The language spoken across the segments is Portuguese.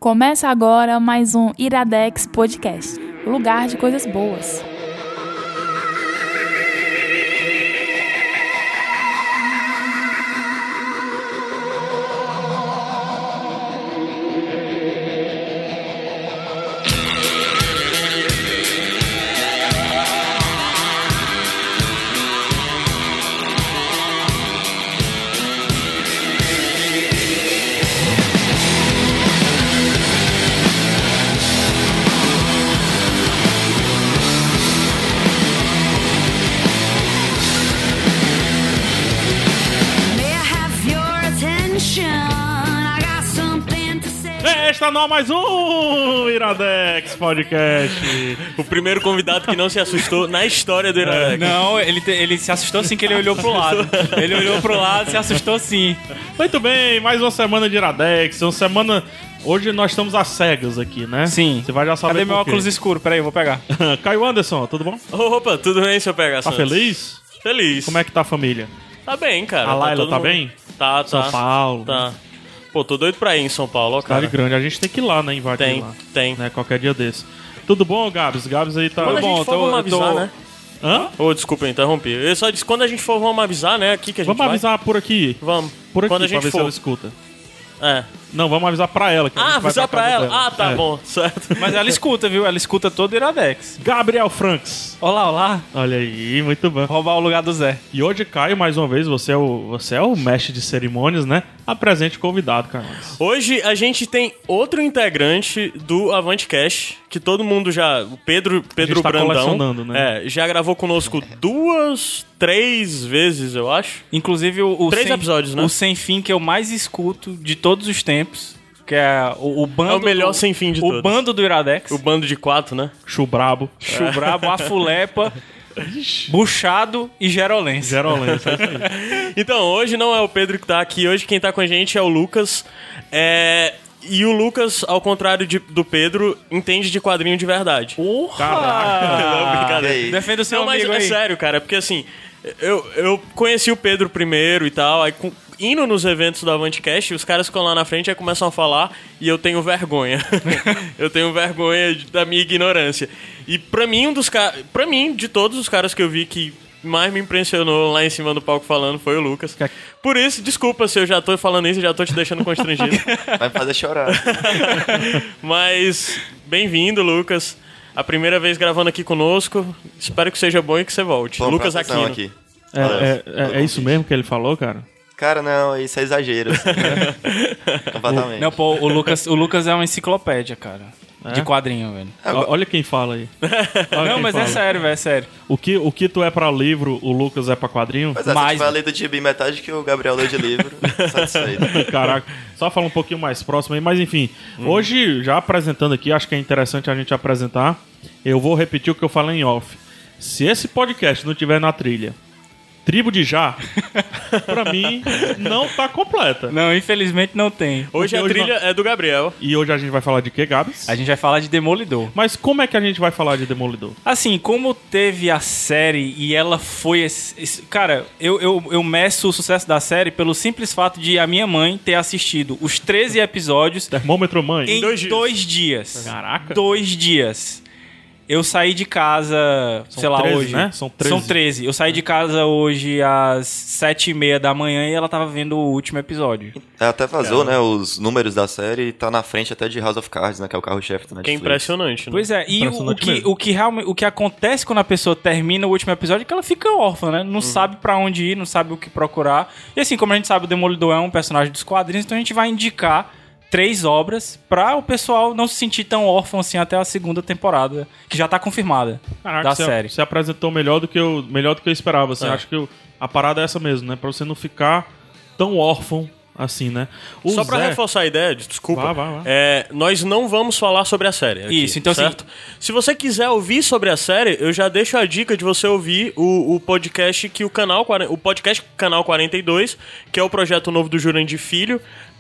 Começa agora mais um Iradex Podcast, lugar de coisas boas. Está no ar mais um Iradex Podcast. O primeiro convidado que não se assustou na história do Iradex. Não, ele se assustou sim que ele olhou pro lado. Ele olhou pro lado e se assustou sim. Muito bem, mais uma semana de Iradex. Uma semana... Hoje nós estamos às cegas aqui, né? Sim. Você vai já saber. Cadê meu óculos escuro? Peraí, eu vou pegar. Caio Anderson, tudo bom? Opa, tudo bem, seu PH Tá Santos? feliz? Feliz. Como é que tá a família? Tá bem, cara. A Laila todo tá mundo- bem? Tá. São Paulo. Tá. Pô, tô doido pra ir em São Paulo, ó, cara. Cidade grande. A gente tem que ir lá, né? Invadir Tem, lá. tem. Né? Qualquer dia desse. Tudo bom, Gabs? Gabs aí tá... Quando a Tudo bom? gente for, vamos avisar, né? Hã? Ô, desculpa, interrompi. Eu só disse, quando a gente for, vamos avisar, né? Aqui que a gente Vamos vai. avisar por aqui. Vamos. Por aqui, Quando a pra gente ver se for. ela escuta. É. Não, vamos avisar pra ela. Que a gente vai Avisar pra casa ela? dela. Ah, tá É. bom, certo. Mas ela escuta, viu? Ela escuta todo o Iradex. Gabriel Franks. Olá, olá. Olha aí, muito bom. Roubar o lugar do Zé. E hoje, Caio, mais uma vez, você é o mestre de cerimônias, né? Apresente o convidado, cara. Hoje a gente tem outro integrante do Avante Cash, que todo mundo já... O Pedro tá Brandão. colecionando, né? Já gravou conosco 3 vezes, eu acho. Inclusive o 3 episódios, né? O Sem Fim que eu mais escuto de todos os tempos, que é o bando... É o melhor Sem Fim de o todos. bando do Iradex. O bando de 4, né? Chubrabo. Chubrabo, Afulepa, Buchado e Gerolense. Gerolense, é isso aí. Então, hoje não é o Pedro que tá aqui. Hoje quem tá com a gente é o Lucas. E o Lucas, ao contrário do Pedro, entende de quadrinho de verdade. Não, brincadeira. Defenda o seu Não, mas amigo é aí. sério, cara. Porque assim, eu conheci o Pedro primeiro e tal. Aí indo nos eventos do AvanteCast, os caras ficam lá na frente e começam a falar e eu tenho vergonha. Eu tenho vergonha da minha ignorância. E pra mim, de todos os caras que eu vi que mais me impressionou lá em cima do palco falando foi o Lucas. Por isso, desculpa se eu já tô falando isso e já tô te deixando constrangido. Vai me fazer chorar. Mas, bem-vindo, Lucas. A primeira vez gravando aqui conosco. Espero que seja bom e que você volte. Bom, Lucas presta atenção Aquino. aqui. É isso mesmo que ele falou, cara? Cara, não, isso é exagero. Completamente. Não, pô, o Lucas é uma enciclopédia, cara. De quadrinho, velho. Olha quem fala aí. Olha Não, quem mas fala. é sério, velho, é sério. O que tu é pra livro, o Lucas é pra quadrinho? Pois é, se mais- tiver lido de gibi metade que o Gabriel leu de livro, satisfeito. Caraca, só fala um pouquinho mais próximo aí, mas enfim. Hoje, já apresentando aqui, acho que é interessante a gente apresentar. Eu vou repetir o que eu falei em off. Se esse podcast não tiver na trilha Tribo de Já, pra mim, não tá completa. Não, infelizmente não tem. Hoje Porque a hoje trilha é do Gabriel. E hoje a gente vai falar de quê, Gabs? A gente vai falar de Demolidor. Mas como é que a gente vai falar de Demolidor? Assim, como teve a série e ela foi... Cara, eu meço o sucesso da série pelo simples fato de a minha mãe ter assistido os 13 episódios Termômetro mãe? em 2 2 dias. Caraca. 2 dias. Eu saí de casa, sei lá, 13, hoje. né? São 13. Eu saí de casa hoje às 7h30 da manhã e ela tava vendo o último episódio. Até vazou, né, os números da série e tá na frente até de House of Cards, né, que é o carro-chefe do Que é Netflix. impressionante, né? Pois é, e Impressionante mesmo. o que realmente o que acontece quando a pessoa termina o último episódio é que ela fica órfã, né? Não sabe pra onde ir, não sabe o que procurar. E assim, como a gente sabe, o Demolidor é um personagem dos quadrinhos, então a gente vai indicar 3 obras pra o pessoal não se sentir tão órfão assim até a segunda temporada, que já tá confirmada da série. Você apresentou melhor do que eu esperava. Assim. Acho que a parada é essa mesmo, né? Pra você não ficar tão órfão assim, né? O Só pra Zé- reforçar a ideia, desculpa, Vai. nós não vamos falar sobre a série aqui, Isso, então, certo? Se você quiser ouvir sobre a série, eu já deixo a dica de você ouvir o podcast que o podcast Canal 42, que é o projeto novo do Jurandir Filho.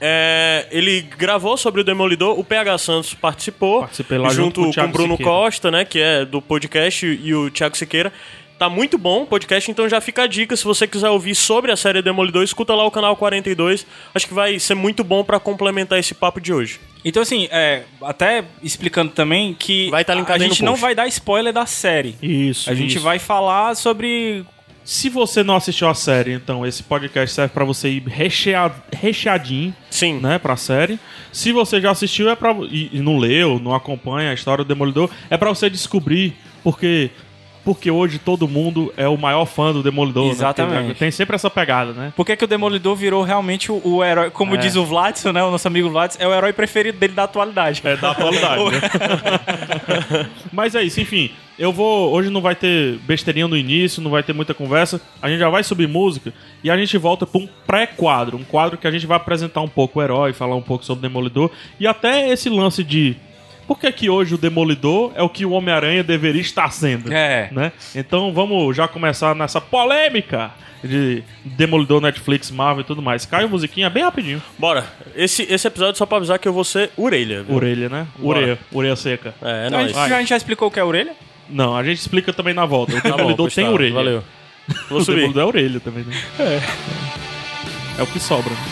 Ele gravou sobre o Demolidor, o PH Santos participou, Participei lá junto junto com o com o Thiago Bruno Siqueira. Costa, né, que é do podcast, e o Thiago Siqueira. Tá muito bom o podcast, então já fica a dica. Se você quiser ouvir sobre a série Demolidor, escuta lá o canal 42. Acho que vai ser muito bom pra complementar esse papo de hoje. Então, assim, até explicando também que Vai tá linkado a aí no gente não post. vai dar spoiler da série. Isso. A gente isso. vai falar sobre... Se você não assistiu a série, então esse podcast serve pra você ir recheadinho, Sim. né, pra série. Se você já assistiu e não leu, não acompanha a história do Demolidor, é pra você descobrir porque hoje todo mundo é o maior fã do Demolidor. Exatamente. Né? Porque tem sempre essa pegada, né? Por que o Demolidor virou realmente o herói, como diz o Vladson, né, o nosso amigo Vladson, é o herói preferido dele da atualidade. É da atualidade, né? Mas é isso, enfim. Hoje não vai ter besteirinha no início, não vai ter muita conversa. A gente já vai subir música e a gente volta pra um pré-quadro. Um quadro que a gente vai apresentar um pouco o herói, falar um pouco sobre o Demolidor. E até esse lance de... Por que que hoje o Demolidor é o que o Homem-Aranha deveria estar sendo? Né? Então vamos já começar nessa polêmica de Demolidor, Netflix, Marvel e tudo mais. Cai a musiquinha bem rapidinho. Bora. Esse episódio só pra avisar que eu vou ser orelha. Viu? Orelha, né? Bora. Orelha seca. É Então, nóis. a gente já explicou o que é orelha? Não, a gente explica também na volta. O Tá bom, Demolidor pois tem tá. orelha. Valeu. Vou O subir. Demolidor é orelha também, né? É o que sobra. Né?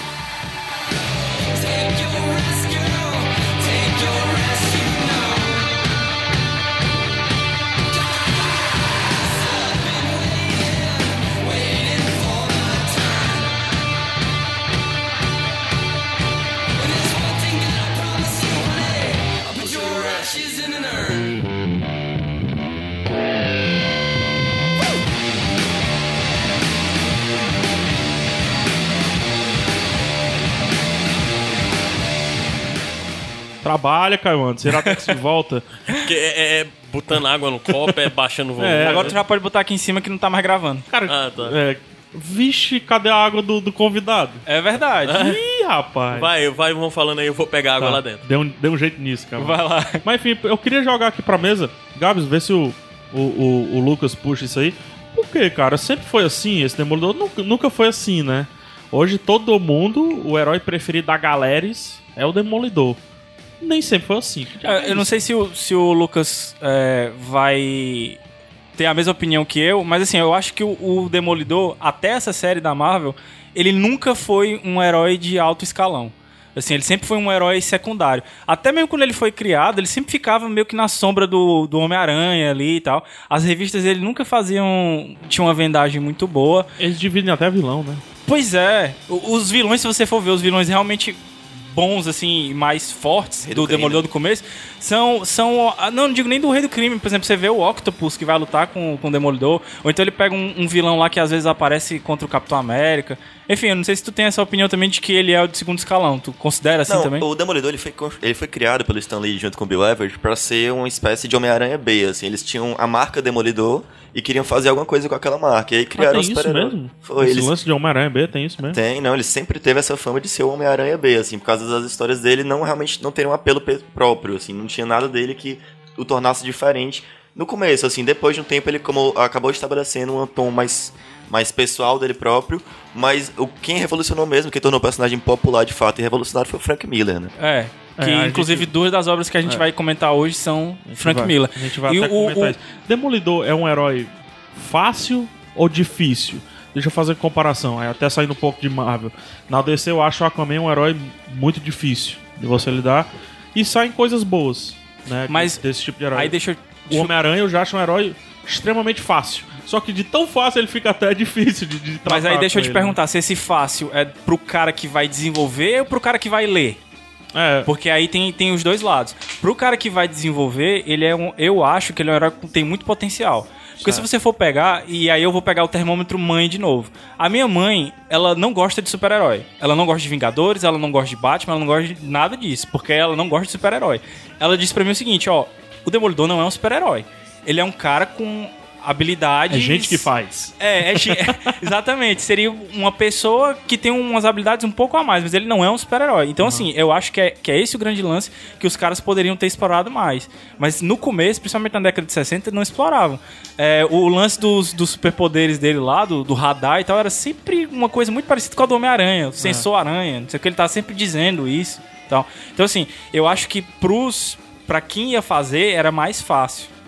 Trabalha, Caio Anderson. Será que se volta? Porque é botando água no copo, é baixando o volume. Agora tu já pode botar aqui em cima que não tá mais gravando. Cara, Ah, tá. vixe, cadê a água do convidado? É verdade. Ih, rapaz. Vai, vão falando aí, eu vou pegar água Tá, lá dentro. Dê um jeito nisso, cara. Vai lá. Mas enfim, eu queria jogar aqui pra mesa. Gabs, vê se o Lucas puxa isso aí. Por que, cara? Sempre foi assim, esse Demolidor nunca foi assim, né? Hoje todo mundo, o herói preferido da Galeres é o Demolidor. Nem sempre foi assim. Eu não sei se o Lucas vai ter a mesma opinião que eu, mas assim, eu acho que o Demolidor, até essa série da Marvel, ele nunca foi um herói de alto escalão. Assim, ele sempre foi um herói secundário. Até mesmo quando ele foi criado, ele sempre ficava meio que na sombra do Homem-Aranha ali e tal. As revistas dele nunca tinham uma vendagem muito boa. Eles dividem até vilão, né? Pois é. Os vilões, se você for ver, os vilões realmente bons, assim, mais fortes do Demolidor do começo, são não digo nem do Rei do Crime. Por exemplo, você vê o Octopus que vai lutar com o Demolidor, ou então ele pega um vilão lá que às vezes aparece contra o Capitão América. Enfim, eu não sei se tu tem essa opinião também de que ele é o de segundo escalão. Tu considera assim Não, também? o Demolidor ele foi criado pelo Stan Lee junto com o Bill Everett pra ser uma espécie de Homem-Aranha B, assim. Eles tinham a marca Demolidor e queriam fazer alguma coisa com aquela marca. E aí criaram tem os isso super-heróis. mesmo? Foi, Esse lance de Homem-Aranha B tem isso mesmo? Tem, não, ele sempre teve essa fama de ser o Homem-Aranha B, assim, por causa das histórias dele realmente não teriam um apelo próprio, assim, não tinha nada dele que o tornasse diferente. No começo, assim, depois de um tempo ele acabou estabelecendo um tom mais pessoal dele próprio, mas quem revolucionou mesmo, quem tornou o personagem popular de fato e revolucionário foi o Frank Miller, né? Que inclusive duas das obras que a gente vai comentar hoje são Frank Miller. A gente vai até comentar isso. Demolidor é um herói fácil ou difícil? Deixa eu fazer comparação, até saindo um pouco de Marvel. Na DC eu acho o Aquaman um herói muito difícil de você lidar e saem coisas boas, né? Mas desse tipo de herói. aí deixa O Homem-Aranha eu já acho um herói extremamente fácil. Só que de tão fácil ele fica até difícil de tratar. Mas aí deixa eu te ele, perguntar, se esse fácil é pro cara que vai desenvolver ou pro cara que vai ler? Porque aí tem os dois lados. Pro cara que vai desenvolver, eu acho que ele é um herói que tem muito potencial. Porque se você for pegar, e aí eu vou pegar o termômetro mãe de novo. A minha mãe, ela não gosta de super-herói. Ela não gosta de Vingadores, ela não gosta de Batman, ela não gosta de nada disso. Porque ela não gosta de super-herói. Ela disse pra mim o seguinte, o Demolidor não é um super-herói. Ele é um cara com habilidades... É gente que faz. Exatamente. Seria uma pessoa que tem umas habilidades um pouco a mais, mas ele não é um super-herói. Então, assim, eu acho que é esse o grande lance que os caras poderiam ter explorado mais. Mas no começo, principalmente na década de 60, não exploravam. O lance dos superpoderes dele lá, do radar e tal, era sempre uma coisa muito parecida com a do Homem-Aranha, o sensor-aranha. Não sei o que, ele tá sempre dizendo isso e tal. Então, assim, eu acho que pra quem ia fazer, era mais fácil.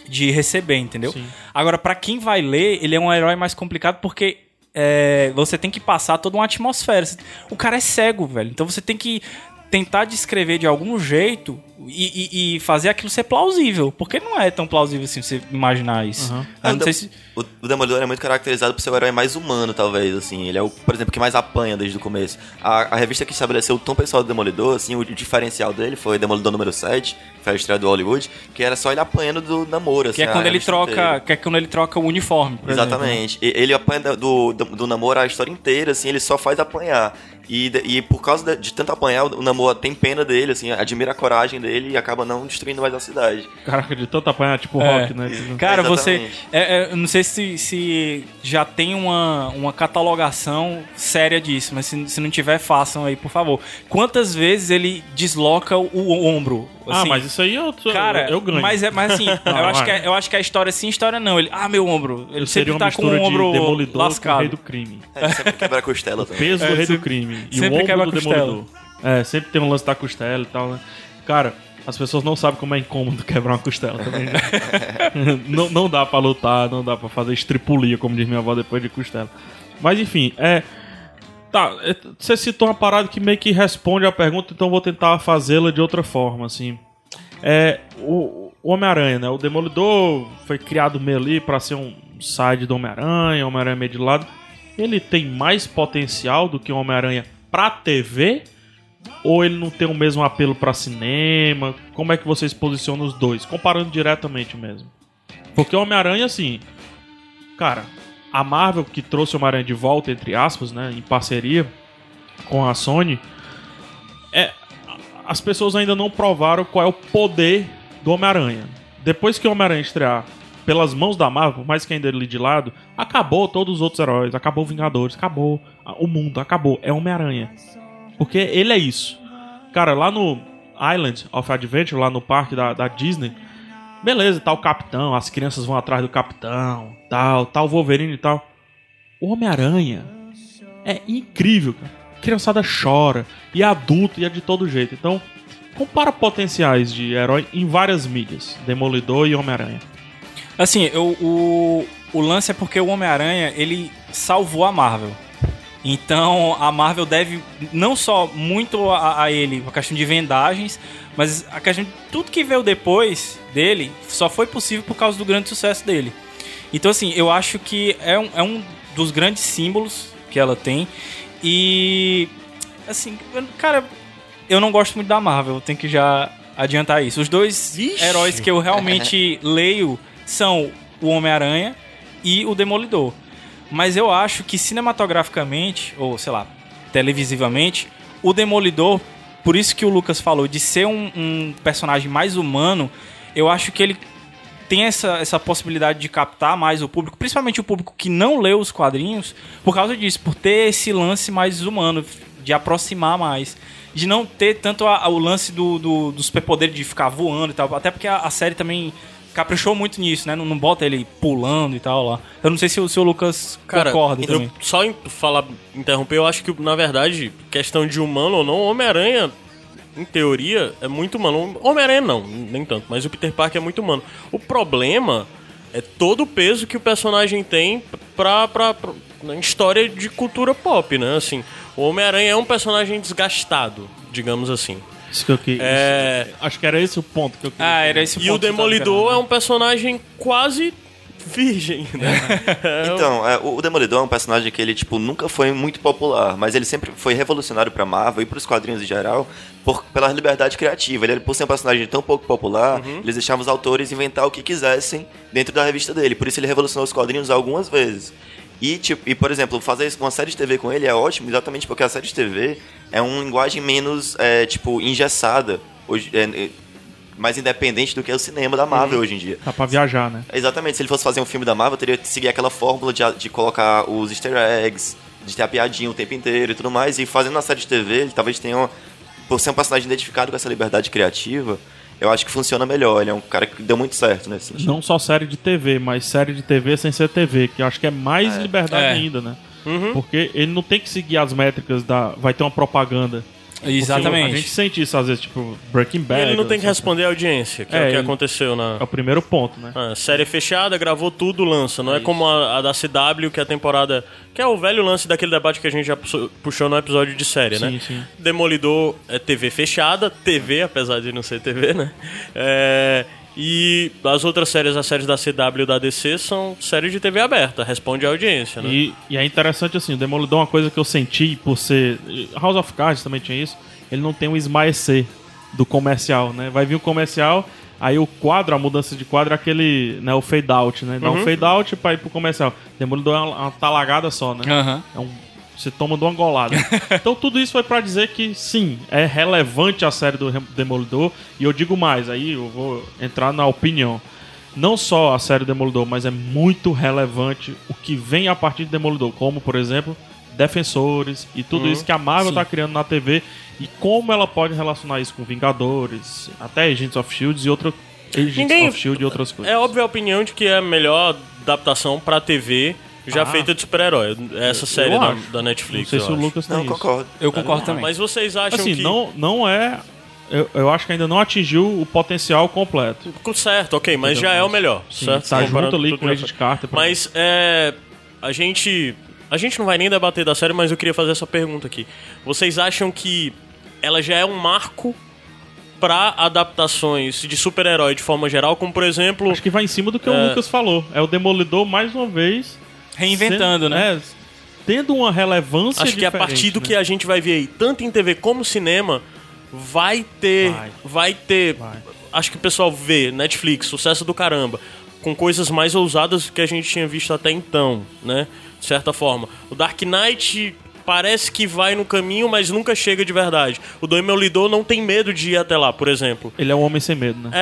de receber, entendeu? Sim. Agora, pra quem vai ler, ele é um herói mais complicado porque você tem que passar toda uma atmosfera. O cara é cego, velho. Então você tem que tentar descrever de algum jeito e fazer aquilo ser plausível. Porque não é tão plausível assim você imaginar isso. Uhum. Eu não sei se... O Demolidor é muito caracterizado por ser o herói mais humano, talvez, assim. Ele é o, por exemplo, que mais apanha desde o começo. A revista que estabeleceu o tom pessoal do Demolidor, assim, o diferencial dele foi Demolidor número 7, que foi a estreia do Hollywood, que era só ele apanhando do Namor, assim. Que é quando ele troca o uniforme, por Exatamente. Ele apanha do Namor a história inteira, assim, ele só faz apanhar. E por causa de tanto apanhar, o Namor tem pena dele, assim, admira a coragem dele e acaba não destruindo mais a cidade. Caraca, de tanto apanhar, tipo Rock, né? Cara, você... Exatamente. eu não sei se já tem uma catalogação séria disso, mas se não tiver, façam aí, por favor. Quantas vezes ele desloca o ombro? Assim, mas isso aí eu ganho. Mas assim, eu acho que a história sim, a história não. Ele, meu ombro. Ele sempre tá com o ombro Demolidor lascado. Com o Rei do Crime. Ele sempre quebra a costela também. Peso do Rei do Crime. E o ombro do Demolidor. Sempre tem um lance da costela e tal, né? Cara, as pessoas não sabem como é incômodo quebrar uma costela também. Né? não dá pra lutar, não dá pra fazer estripulia, como diz minha avó, depois de costela. Mas enfim, Tá, você citou uma parada que meio que responde a pergunta, então vou tentar fazê-la de outra forma, assim. O Homem-Aranha, né? O Demolidor foi criado meio ali pra ser um side do Homem-Aranha, Homem-Aranha meio de lado. Ele tem mais potencial do que o Homem-Aranha pra TV? Ou ele não tem o mesmo apelo pra cinema? Como é que vocês posicionam os dois? Comparando diretamente mesmo. Porque o Homem-Aranha, assim... Cara, a Marvel que trouxe o Homem-Aranha de volta, entre aspas, né? Em parceria com a Sony... As pessoas ainda não provaram qual é o poder do Homem-Aranha. Depois que o Homem-Aranha estrear pelas mãos da Marvel, por mais que ainda ele de lado, acabou todos os outros heróis, acabou Vingadores, acabou o mundo, acabou. É Homem-Aranha. Porque ele é isso. Cara, lá no Island of Adventure, lá no parque da Disney, beleza, tá o Capitão, as crianças vão atrás do Capitão, tal, o Wolverine e tal. O Homem-Aranha é incrível, cara. A criançada chora, e é adulto, e é de todo jeito. Então, compara potenciais de herói em várias mídias. Demolidor e Homem-Aranha. Assim, o lance é porque o Homem-Aranha, ele salvou a Marvel. Então, a Marvel deve não só muito a ele, a questão de vendagens, mas a questão de tudo que veio depois dele só foi possível por causa do grande sucesso dele. Então, assim, eu acho que é um dos grandes símbolos que ela tem. E, assim, cara, eu não gosto muito da Marvel, tenho que já adiantar isso. Os dois heróis que eu realmente leio são o Homem-Aranha e o Demolidor. Mas eu acho que cinematograficamente, ou sei lá, televisivamente, o Demolidor, por isso que o Lucas falou, de ser um personagem mais humano, eu acho que ele tem essa possibilidade de captar mais o público, principalmente o público que não leu os quadrinhos, por causa disso, por ter esse lance mais humano, de aproximar mais, de não ter tanto o lance do superpoder de ficar voando e tal, até porque a série também caprichou muito nisso, né? Não bota ele pulando e tal lá. Eu não sei se o Lucas concorda também. Só interromper, eu acho que, na verdade, questão de humano ou não, o Homem-Aranha, em teoria, é muito humano. Homem-Aranha não, nem tanto, mas o Peter Parker é muito humano. O problema é todo o peso que o personagem tem na história de cultura pop, né? Assim, o Homem-Aranha é um personagem desgastado, digamos assim. Isso que eu queria. Acho que era esse o ponto que eu queria. Era esse o ponto. E o Demolidor é um personagem quase virgem, né? Então, o Demolidor é um personagem que ele, tipo, nunca foi muito popular, mas ele sempre foi revolucionário pra Marvel e pros quadrinhos em geral pela liberdade criativa. Ele, por ser um personagem tão pouco popular, eles deixavam os autores inventar o que quisessem dentro da revista dele. Por isso ele revolucionou os quadrinhos algumas vezes. E, por exemplo, fazer uma série de TV com ele é ótimo, exatamente porque a série de TV é uma linguagem menos, engessada, mais independente do que o cinema da Marvel hoje em dia. Dá pra viajar, né? Exatamente, se ele fosse fazer um filme da Marvel, teria que seguir aquela fórmula de colocar os easter eggs, de ter a piadinha o tempo inteiro e tudo mais, e fazendo uma série de TV, ele talvez tenha, por ser um personagem identificado com essa liberdade criativa, eu acho que funciona melhor. Ele é um cara que deu muito certo nesse sentido. Não só série de TV, mas série de TV sem ser TV, que eu acho que é mais liberdade ainda, né? Porque ele não tem que seguir as métricas vai ter uma propaganda Exatamente. A gente sente isso às vezes, tipo, Breaking Bad. Ele não tem que assim. responder à audiência, que é o que ele- aconteceu na... É o primeiro ponto, né? Série fechada, gravou tudo, lança. Não é como a da CW, que é a temporada... Que é o velho lance daquele debate que a gente já puxou no episódio de série, né? Sim. Demolidor é TV fechada, TV, apesar de não ser TV, né? E as outras séries, as séries da CW e da DC, são séries de TV aberta, responde à audiência, né? E é interessante assim, o Demolidor, uma coisa que eu senti por ser... House of Cards também tinha isso, ele não tem um esmaecer do comercial, né? Vai vir o comercial, aí o quadro, a mudança de quadro é aquele, né, o fade out, né? Dá um fade out pra ir pro comercial. Demolidor é uma talagada só, né? Aham. Você toma de uma golada. Então tudo isso foi pra dizer que sim, é relevante a série do Demolidor. E eu digo mais, aí eu vou entrar na opinião. Não só a série Demolidor, mas é muito relevante o que vem a partir de Demolidor. Como, por exemplo, Defensores e tudo isso que a Marvel tá criando na TV. E como ela pode relacionar isso com Vingadores, até Agents of S.H.I.E.L.D. e outras e outras coisas. É óbvia a opinião de que é a melhor adaptação pra TV já feita de super-herói. Essa série da Netflix. Não sei se o acho. Lucas tem Não, isso. concordo. Eu concordo também. Mas vocês acham Assim, que... não é... Eu acho que ainda não atingiu o potencial completo. Certo, ok, mas já é o melhor. Sim, certo? tá Comparando junto ali tudo com o que Agent Carter. Mas a gente não vai nem debater da série, mas eu queria fazer essa pergunta aqui. Vocês acham que ela já é um marco pra adaptações de super-herói de forma geral, como por exemplo... Acho que vai em cima do que o Lucas falou. É o Demolidor, mais uma vez... Reinventando, né? Tendo uma relevância Acho que a partir do que a gente vai ver aí, tanto em TV como cinema, vai ter. Acho que o pessoal vê Netflix, sucesso do caramba, com coisas mais ousadas do que a gente tinha visto até então, né? De certa forma. O Dark Knight parece que vai no caminho, mas nunca chega de verdade. O Demolidor não tem medo de ir até lá, por exemplo. Ele é um homem sem medo, né?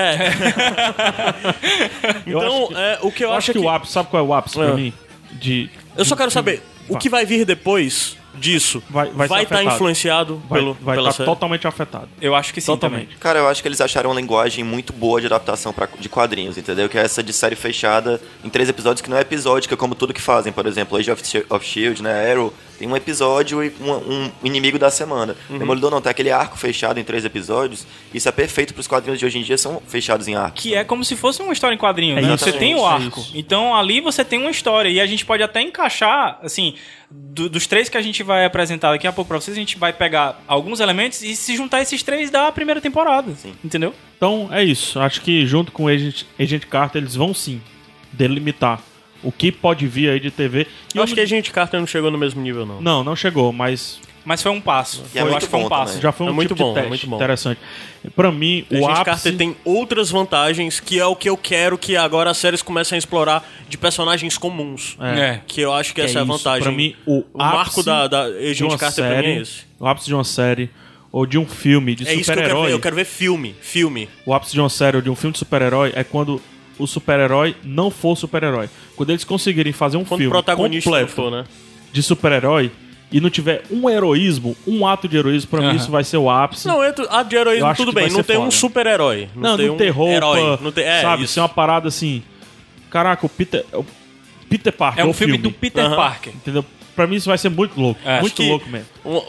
Então, o que eu acho que o ápice, sabe qual é o ápice pra mim? Eu só quero saber, o que vai vir depois disso vai estar influenciado vai pela estar série? totalmente afetado. Eu acho que sim, Totalmente. também. Cara, eu acho que eles acharam uma linguagem muito boa de adaptação de quadrinhos, entendeu? Que é essa de série fechada em 3 episódios, que não é episódica como tudo que fazem. Por exemplo, Age of S.H.I.E.L.D., né? Arrow, tem um episódio e um inimigo da semana. Demolidor não, tem aquele arco fechado em 3 episódios. Isso é perfeito pros quadrinhos de hoje em dia, são fechados em arcos. Que é como se fosse uma história em quadrinho, né? Você tem o arco. Então ali você tem uma história. E a gente pode até encaixar, assim, dos 3 que a gente vai apresentar daqui a pouco pra vocês, a gente vai pegar alguns elementos e se juntar esses 3 da primeira temporada. Sim. Entendeu? Então, é isso. Acho que junto com o Agent Carter, eles vão sim delimitar o que pode vir aí de TV. E Eu acho que a Agent Carter não chegou no mesmo nível, não. Não chegou, mas Mas foi um passo. E é Eu muito acho que foi um bom passo. também. já foi um É muito tipo bom, de é teste muito bom. interessante. Pra mim, A o Agent ápice... Carter tem outras vantagens, que é o que eu quero que agora as séries comecem a explorar de personagens comuns. É. Que eu acho que essa é a isso. vantagem. Pra mim, o marco ápice da de Agent uma Carter pra mim é série, esse. o ápice de uma série ou de um filme de É isso que eu quero ver. super-herói. Eu quero ver filme. O ápice de uma série ou de um filme de super-herói é quando o super-herói não for super-herói. Quando eles conseguirem fazer um Quando o filme protagonista não completo for, né? de super-herói e não tiver um heroísmo, um ato de heroísmo, pra mim isso vai ser o ápice. Não, a de Eu heroísmo acho tudo que bem. vai Não ser tem um foda. super-herói. Não tem ter roupa, herói. Não tem, sabe? isso. Ser uma parada assim... Caraca, o Peter Parker É um o filme do Peter Parker. Entendeu? Pra mim isso vai ser muito louco. É, muito acho que louco mesmo.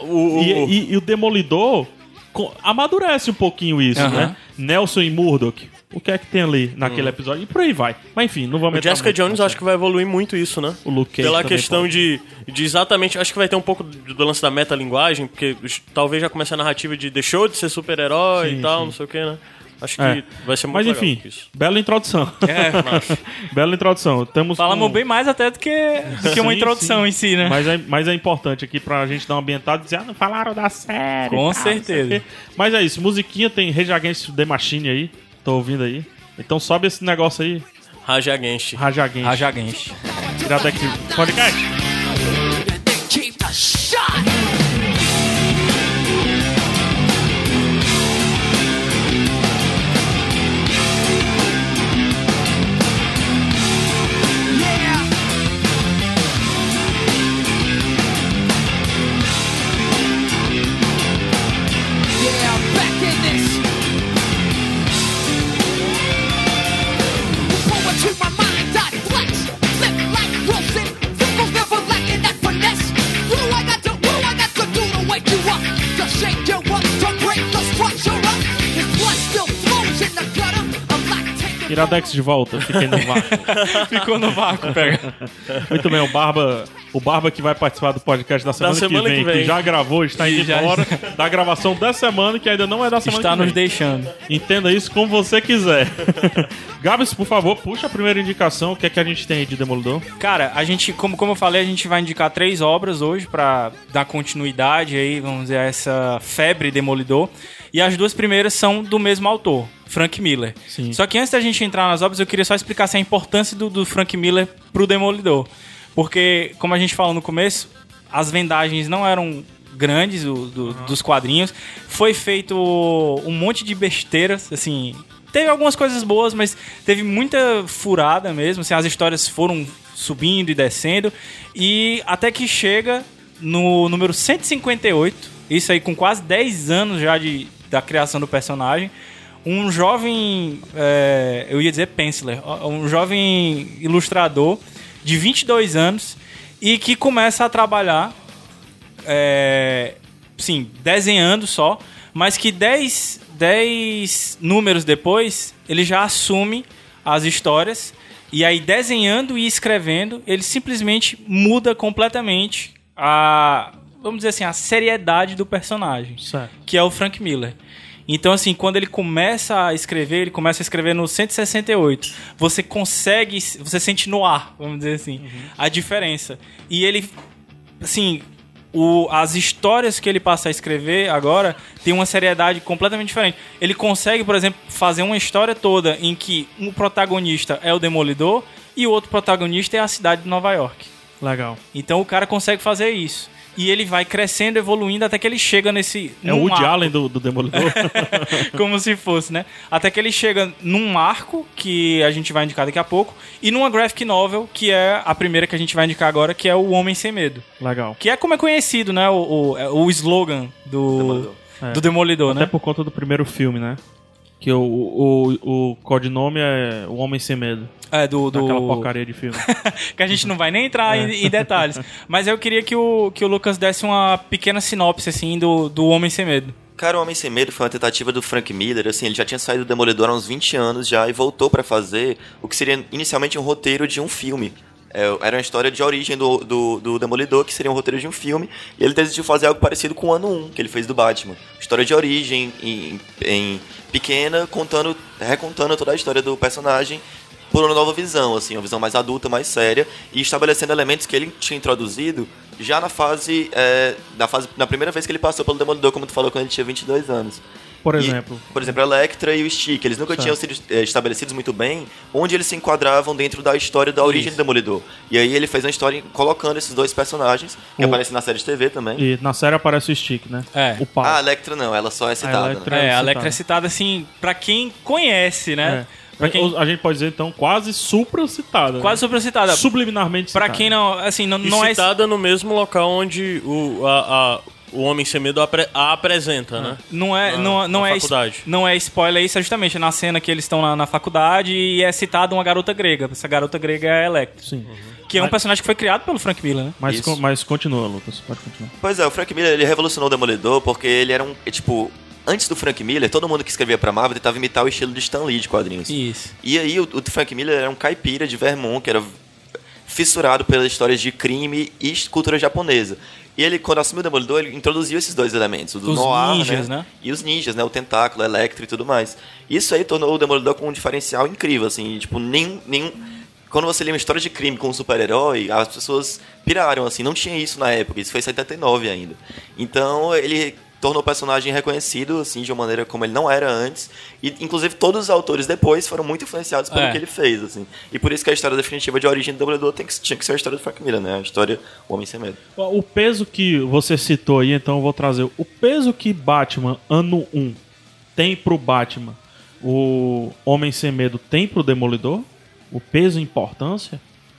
O E o Demolidor amadurece um pouquinho isso, né? Nelson e Murdock. O que é que tem ali naquele episódio? E por aí vai. Mas enfim, não vamos O entrar Jessica muito, Jones tá acho que vai evoluir muito isso, né? O Luke Cage Pela também questão pode. de exatamente... Acho que vai ter um pouco do lance da metalinguagem, porque talvez já comece a narrativa de deixou de ser super-herói Sim, e tal, sim. não sei o que, né? Acho que É. vai ser muito Mas legal enfim, isso. bela introdução. Bela introdução. Temos Falamos bem mais até do que uma Sim, introdução sim. em si, né? Mas é importante aqui pra gente dar uma ambientada e dizer, não falaram da série. Com tal, não sei certeza. o quê. Mas é isso, musiquinha tem Rage Against the Machine aí. Tô ouvindo aí. Então sobe esse negócio aí, Rage Against. Rage Against. Rajagenshi. Iradex Podcast. Keep the shot. Yeah. Yeah, back in this. Forward to my mind, dot flex. Flip like Wilson. Circles never Iradex de volta, fiquei no vácuo. Ficou no vácuo, pega. Muito bem, o Barba que vai participar do podcast da semana, que vem, que já gravou, está indo já- embora da gravação dessa semana, que ainda não é da semana Está que vem. nos deixando. Entenda isso como você quiser. Gabs, por favor, puxa a primeira indicação. O que é que a gente tem aí de Demolidor? Cara, a gente, como eu falei, a gente vai indicar 3 obras hoje pra dar continuidade aí, vamos dizer, a essa febre Demolidor. E as 2 primeiras são do mesmo autor, Frank Miller. Sim. Só que antes da gente entrar nas obras, eu queria só explicar assim, a importância do Frank Miller pro Demolidor. Porque, como a gente falou no começo, as vendagens não eram grandes dos quadrinhos. Foi feito um monte de besteiras, assim... Teve algumas coisas boas, mas teve muita furada mesmo. Assim, as histórias foram subindo e descendo. E até que chega no número 158, isso aí com quase 10 anos já da criação do personagem, um jovem, eu ia dizer penciler, um jovem ilustrador de 22 anos e que começa a trabalhar, sim, desenhando só, mas que 10 números depois, ele já assume as histórias e aí desenhando e escrevendo, ele simplesmente muda completamente vamos dizer assim, a seriedade do personagem, Certo. que é o Frank Miller. Então, assim, quando ele começa a escrever, ele começa a escrever no 168. Você sente no ar, vamos dizer assim, a diferença. E ele, assim, as histórias que ele passa a escrever agora tem uma seriedade completamente diferente. Ele consegue, por exemplo, fazer uma história toda em que um protagonista é o Demolidor e o outro protagonista é a cidade de Nova York. Legal. Então o cara consegue fazer isso. E ele vai crescendo, evoluindo, até que ele chega nesse... É o Woody Allen do Demolidor? Como se fosse, né? Até que ele chega num arco, que a gente vai indicar daqui a pouco, e numa graphic novel, que é a primeira que a gente vai indicar agora, que é o Homem Sem Medo. Legal. Que é como é conhecido, né? O slogan do Demolidor, Até né? por conta do primeiro filme, né? Que o codinome é O Homem Sem Medo. Aquela porcaria de filme. Que a gente não vai nem entrar em detalhes. Mas eu queria que o Lucas desse uma pequena sinopse, assim, do Homem Sem Medo. Cara, O Homem Sem Medo foi uma tentativa do Frank Miller, assim, ele já tinha saído do Demolidor há uns 20 anos já e voltou pra fazer o que seria inicialmente um roteiro de um filme. Era uma história de origem do Demolidor, que seria um roteiro de um filme, e ele decidiu fazer algo parecido com o Ano 1, que ele fez do Batman. História de origem, em pequena, recontando toda a história do personagem por uma nova visão, assim, uma visão mais adulta, mais séria, e estabelecendo elementos que ele tinha introduzido já na primeira vez que ele passou pelo Demolidor, como tu falou, quando ele tinha 22 anos. Por exemplo. Por exemplo, a Elektra e o Stick, eles nunca tinham sido estabelecidos muito bem onde eles se enquadravam dentro da história da origem do Demolidor. E aí ele fez uma história colocando esses dois personagens, que aparecem na série de TV também. E na série aparece o Stick, né? É. O pau. A Elektra não, ela só é citada. Elektra- né? A citada. Elektra é citada, assim, pra quem conhece, né? Pra quem... A gente pode dizer, então, quase supracitada. Quase supracitada. Subliminarmente Pra citada. quem não, assim, não E é... citada no mesmo local onde o Homem Sem Medo a apresenta, né? Não é, não na é, faculdade. não é spoiler isso, é justamente na cena que eles estão na faculdade e é citada uma garota grega. Essa garota grega é a Elektra. Sim. Que é um personagem que foi criado pelo Frank Miller, né? Mas, Isso. mas continua, Lucas. Pode continuar. Pois é, o Frank Miller, ele revolucionou o Demolidor porque ele era antes do Frank Miller, todo mundo que escrevia pra Marvel tentava imitar o estilo de Stan Lee de quadrinhos. Isso. E aí o Frank Miller era um caipira de Vermont, que era fissurado pelas histórias de crime e cultura japonesa. E ele, quando assumiu o Demolidor, ele introduziu esses dois elementos, o do Os noir, ninjas, né? E os ninjas, né? O tentáculo, a Elektra e tudo mais. Isso aí tornou o Demolidor com um diferencial incrível, assim, tipo, nenhum... Quando você lê uma história de crime com um super-herói, as pessoas piraram, assim, não tinha isso na época, isso foi em 79 ainda. Então, ele tornou o personagem reconhecido, assim, de uma maneira como ele não era antes, e, inclusive, todos os autores depois foram muito influenciados pelo que ele fez, assim. E por isso que a história definitiva de origem do Demolidor tinha que ser a história do Frank Miller, né? A história O Homem Sem Medo. O peso que você citou aí, então eu vou trazer. O peso que Batman, ano 1, tem pro Batman, o Homem Sem Medo tem pro Demolidor? O peso e importância?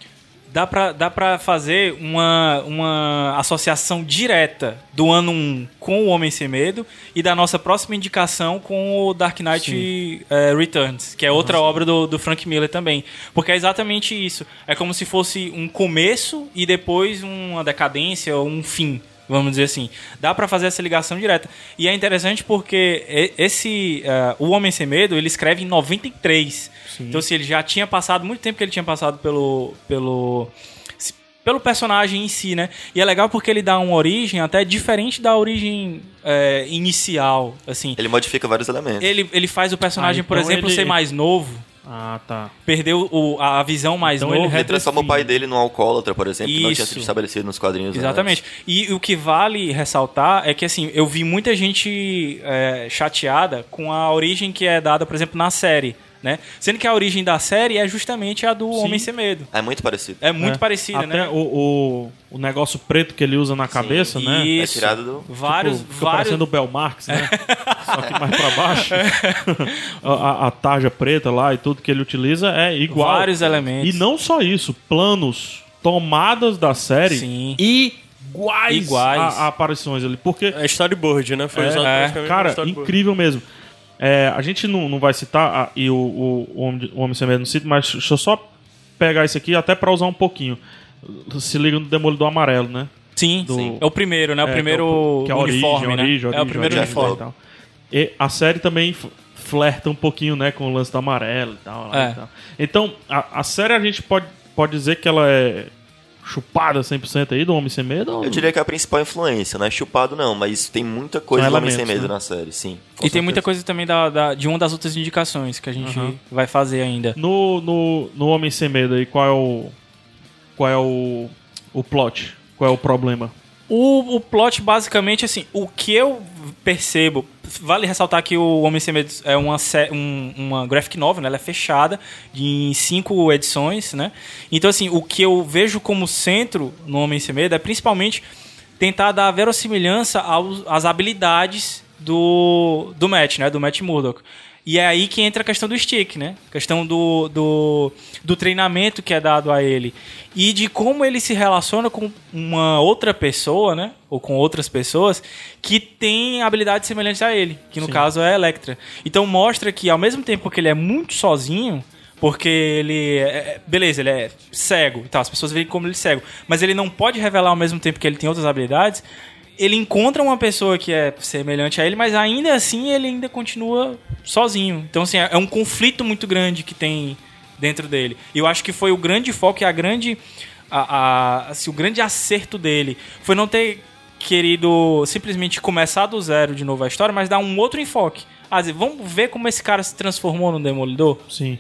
Dá pra fazer uma associação direta do ano 1 com o Homem Sem Medo e da nossa próxima indicação com o Dark Knight Returns, que é outra obra do Frank Miller também. Porque é exatamente isso. É como se fosse um começo e depois uma decadência ou um fim vamos dizer assim. Dá pra fazer essa ligação direta. E é interessante porque o Homem Sem Medo, ele escreve em 93. Sim. Então, assim, ele já tinha passado muito tempo que ele tinha passado pelo personagem em si, né? E é legal porque ele dá uma origem até diferente da origem inicial, assim. Ele modifica vários elementos. Ele faz o personagem, então por exemplo, ser mais novo. Ah, tá. Perdeu a visão mais Então novo. Ele transforma o pai dele num alcoólatra, por exemplo, que não tinha Isso. sido estabelecido nos quadrinhos. Exatamente. E o que vale ressaltar é que, assim, eu vi muita gente chateada com a origem que é dada, por exemplo, na série, né? Sendo que a origem da série é justamente a do Homem Sem Medo. É muito parecido. É muito parecida, Até né? o negócio preto que ele usa na cabeça, né? Isso. É tirado do... Vários, Fica parecendo o Bel Marx, né? Só que mais pra baixo. a tarja preta lá e tudo que ele utiliza é igual. Vários elementos. E não só isso, planos, tomadas da série Sim. iguais. A aparições ali. Porque, É storyboard, né? Foi usado praticamente cara, como storyboard. incrível mesmo. A gente não vai citar e o Homem Sem Medo não cita, mas deixa eu só pegar isso aqui até pra usar um pouquinho. Se liga no Demolidor Amarelo, né? Sim, Do- é o primeiro, né? O primeiro que é a uniforme, né? origem, é o primeiro origem, uniforme. e tal. E a série também flerta um pouquinho, né, com o lance do amarelo e tal. Lá É. e tal. Então, a série a gente pode dizer que ela é chupada 100% aí do Homem Sem Medo? Ou... Eu diria que é a principal influência, não é chupado não, mas tem muita coisa São do Homem Sem elementos, Medo né? na série, sim. E tem muita coisa também de uma das outras indicações que a gente vai fazer ainda. No Homem Sem Medo aí, qual é o plot? Qual é o problema? O plot, basicamente, assim, o que eu percebo... Vale ressaltar que o Homem Sem Medo é uma graphic novel, né? Ela é fechada em 5 edições, né? Então, assim, o que eu vejo como centro no Homem Sem Medo é principalmente tentar dar verossimilhança às habilidades do Matt, né? Do Matt Murdock. E é aí que entra a questão do stick, né? A questão do treinamento que é dado a ele. E de como ele se relaciona com uma outra pessoa, né? Ou com outras pessoas que têm habilidades semelhantes a ele. Que no caso é a Elektra. Então mostra que ao mesmo tempo que ele é muito sozinho... Porque ele beleza, ele é cego e tal. As pessoas veem como ele é cego. Mas ele não pode revelar ao mesmo tempo que ele tem outras habilidades... Ele encontra uma pessoa que é semelhante a ele, mas ainda assim ele ainda continua sozinho. Então, assim, é um conflito muito grande que tem dentro dele. E eu acho que foi o grande foco e assim, o grande acerto dele foi não ter querido simplesmente começar do zero de novo a história, mas dar um outro enfoque. Vamos ver como esse cara se transformou no Demolidor? Sim.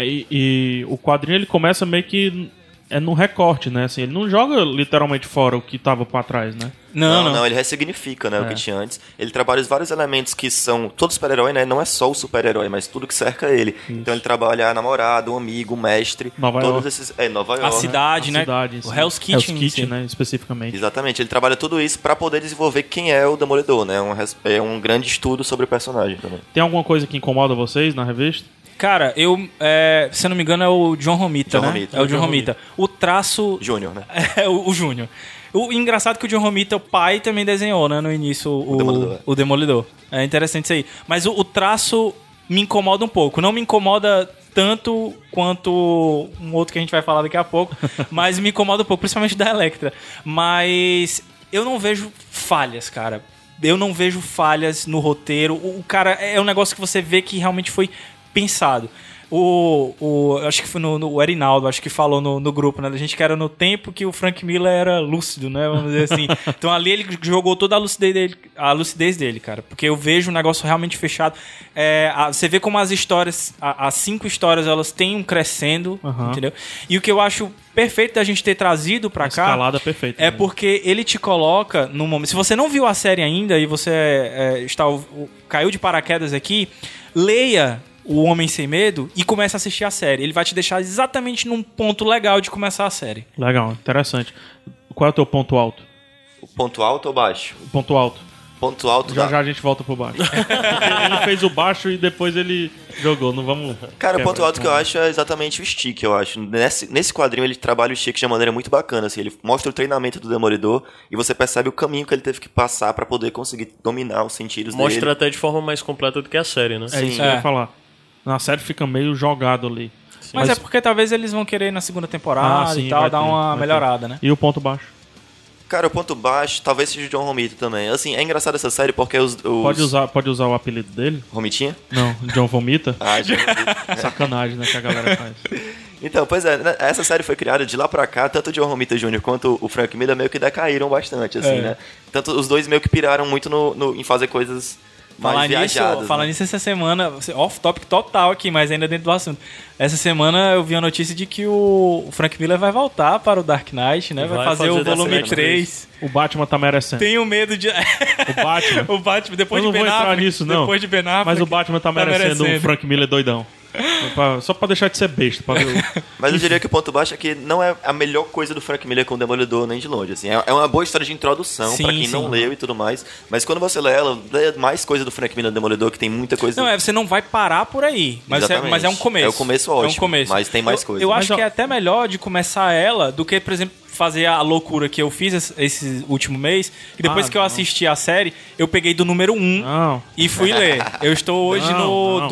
E o quadrinho ele começa meio que num recorte, né? Assim, ele não joga literalmente fora o que tava pra trás, né? Não. Ele ressignifica, né, o que tinha antes. Ele trabalha os vários elementos que são... Todo super-herói, né? Não é só o super-herói, mas tudo que cerca ele. Isso. Então ele trabalha a namorada, o amigo, o mestre. Nova York. Nova York. A cidade, né? Cidade, O Hell's Kitchen, Hell's Kitchen, né? Especificamente. Exatamente. Ele trabalha tudo isso pra poder desenvolver quem é o Demolidor, né? É um grande estudo sobre o personagem também. Tem alguma coisa que incomoda vocês na revista? Cara, se eu não me engano é o John Romita, né? Romita. É o John Romita. O traço... Júnior, né? É, o Júnior. O engraçado é que o John Romita, o pai, também desenhou, né? No início, o Demolidor. É interessante isso aí. Mas o traço me incomoda um pouco. Não me incomoda tanto quanto um outro que a gente vai falar daqui a pouco. Mas me incomoda um pouco, principalmente da Elektra. Mas eu não vejo falhas, cara. Eu não vejo falhas no roteiro. O cara é um negócio que você vê que realmente foi pensado. Acho que foi o Erinaldo, acho que falou no grupo, né? A gente que era no tempo que o Frank Miller era lúcido, né? Vamos dizer assim. Então ali ele jogou toda a lucidez dele, cara. Porque eu vejo um negócio realmente fechado. Você vê como as histórias, as 5 histórias, elas têm um crescendo, entendeu? E o que eu acho perfeito da gente ter trazido pra cá... Escalada perfeita. É porque ele te coloca num momento... Se você não viu a série ainda e você caiu de paraquedas aqui, leia O Homem Sem Medo e começa a assistir a série. Ele vai te deixar exatamente num ponto legal de começar a série. Legal, interessante. Qual é o teu ponto alto? O ponto alto ou baixo? O ponto alto. Ponto alto Já a gente volta pro baixo. Ele fez o baixo e depois ele jogou. Não vamos... Cara, o ponto alto que eu acho é exatamente o stick, eu acho. Nesse quadrinho ele trabalha o stick de uma maneira muito bacana, assim. Ele mostra o treinamento do Demolidor e você percebe o caminho que ele teve que passar pra poder conseguir dominar os sentidos dele. Mostra até de forma mais completa do que a série, né? É isso que eu ia falar. Na série fica meio jogado ali. Mas é porque talvez eles vão querer na segunda temporada e tal, dar uma melhorada, né? E o ponto baixo? Cara, o ponto baixo talvez seja o John Romita também. Assim, é engraçado essa série porque os... Pode usar o apelido dele? Romitinha? Não, John Vomita? Ah, John Romita. Sacanagem, né, que a galera faz. Então, pois é, né, essa série foi criada de lá pra cá, tanto o John Romita Jr. quanto o Frank Miller meio que decaíram bastante, assim, né? Tanto os dois meio que piraram muito em fazer coisas mais viajadas. Falando nisso, essa semana, off-topic total aqui, mas ainda dentro do assunto. Essa semana eu vi a notícia de que o Frank Miller vai voltar para o Dark Knight, né? Vai fazer o volume 3. O Batman tá merecendo. Tenho medo de... O Batman... depois eu de não Ben vou entrar Affleck, nisso, não. Depois de Ben Affleck, mas o Batman tá merecendo o Frank Miller doidão. Só pra deixar de ser besta. Mas eu diria que o ponto baixo é que não é a melhor coisa do Frank Miller com o Demolidor, nem de longe. Assim. É uma boa história de introdução pra quem não leu e tudo mais. Mas quando você lê ela, lê mais coisa do Frank Miller no Demolidor, que tem muita coisa... Não, você não vai parar por aí. Mas é um começo. É o começo ótimo, é um começo. mas tem mais coisa. Eu acho que é até melhor de começar ela do que, por exemplo, fazer a loucura que eu fiz esse último mês. E depois que eu assisti a série, eu peguei do número 1 e fui ler. Eu estou hoje no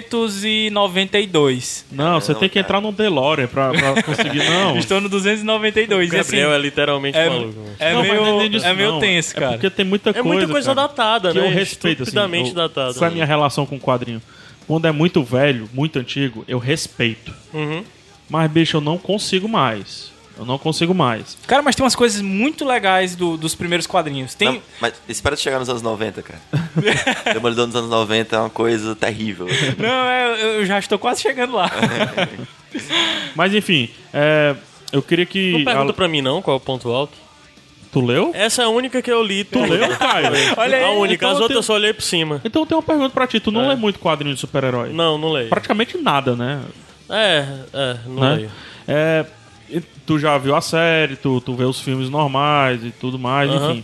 292. Não, você tem que entrar no DeLorean pra conseguir, não. Estou no 292. O Gabriel é literalmente maluco. É meio tenso, cara. É porque tem muita coisa. É muita coisa datada, que né? eu respeito, Estupidamente datada. Foi a minha relação com o quadrinho. Quando é muito velho, muito antigo, eu respeito. Mas, bicho, eu não consigo mais. Cara, mas tem umas coisas muito legais dos primeiros quadrinhos. Tem... Não, mas espera de chegar nos anos 90, cara. Demolidor nos anos 90 é uma coisa terrível. Não, eu já estou quase chegando lá. Mas, enfim, eu queria que... Não pergunta pra mim, não, qual é o ponto alto. Tu leu? Essa é a única que eu li. Tu leu, Caio? Olha aí, a única, então as outras eu só olhei por cima. Então eu tenho uma pergunta pra ti. Tu não lê muito quadrinho de super-herói? Não leio. Praticamente nada, né? Não leio. Tu já viu a série, tu vê os filmes normais e tudo mais, enfim.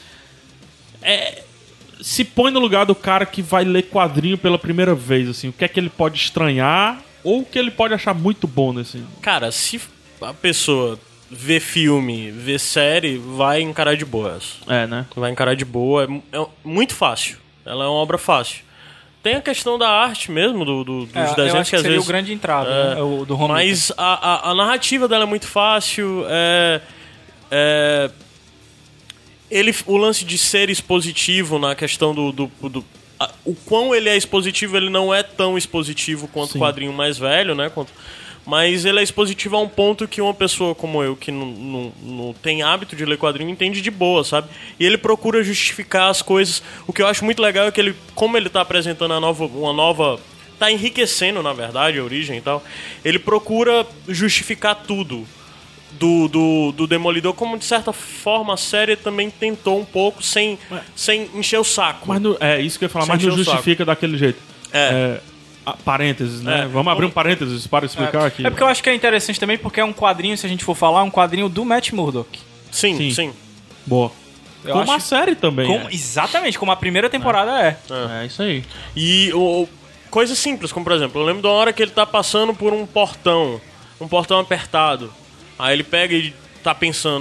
Se põe no lugar do cara que vai ler quadrinho pela primeira vez, assim, o que é que ele pode estranhar ou o que ele pode achar muito bom nesse... Cara, se a pessoa vê filme, vê série, vai encarar de boas. Né? Vai encarar de boa, é muito fácil. Ela é uma obra fácil. Tem a questão da arte mesmo, dos desenhos eu acho que às seria vezes... o grande entrada, né? O do Romita. Mas a narrativa dela é muito fácil. O lance de ser expositivo na questão o quão ele é expositivo, ele não é tão expositivo quanto o quadrinho mais velho, né? Mas ele é expositivo a um ponto que uma pessoa como eu, que não tem hábito de ler quadrinho, entende de boa, sabe? E ele procura justificar as coisas. O que eu acho muito legal é que como ele tá apresentando uma nova... Tá enriquecendo, na verdade, a origem e tal. Ele procura justificar tudo do Demolidor, como de certa forma a série também tentou um pouco, sem encher o saco. Mas isso que eu ia falar, mas não justifica daquele jeito. Parênteses, né? Vamos abrir um parênteses para explicar aqui. É porque eu acho que é interessante também, porque é um quadrinho, se a gente for falar, um quadrinho do Matt Murdock. Sim. Boa. Como a série também. Exatamente, como a primeira temporada é. É isso aí. E coisas simples, como por exemplo, eu lembro de uma hora que ele tá passando por um portão apertado. Aí ele pega e tá pensando,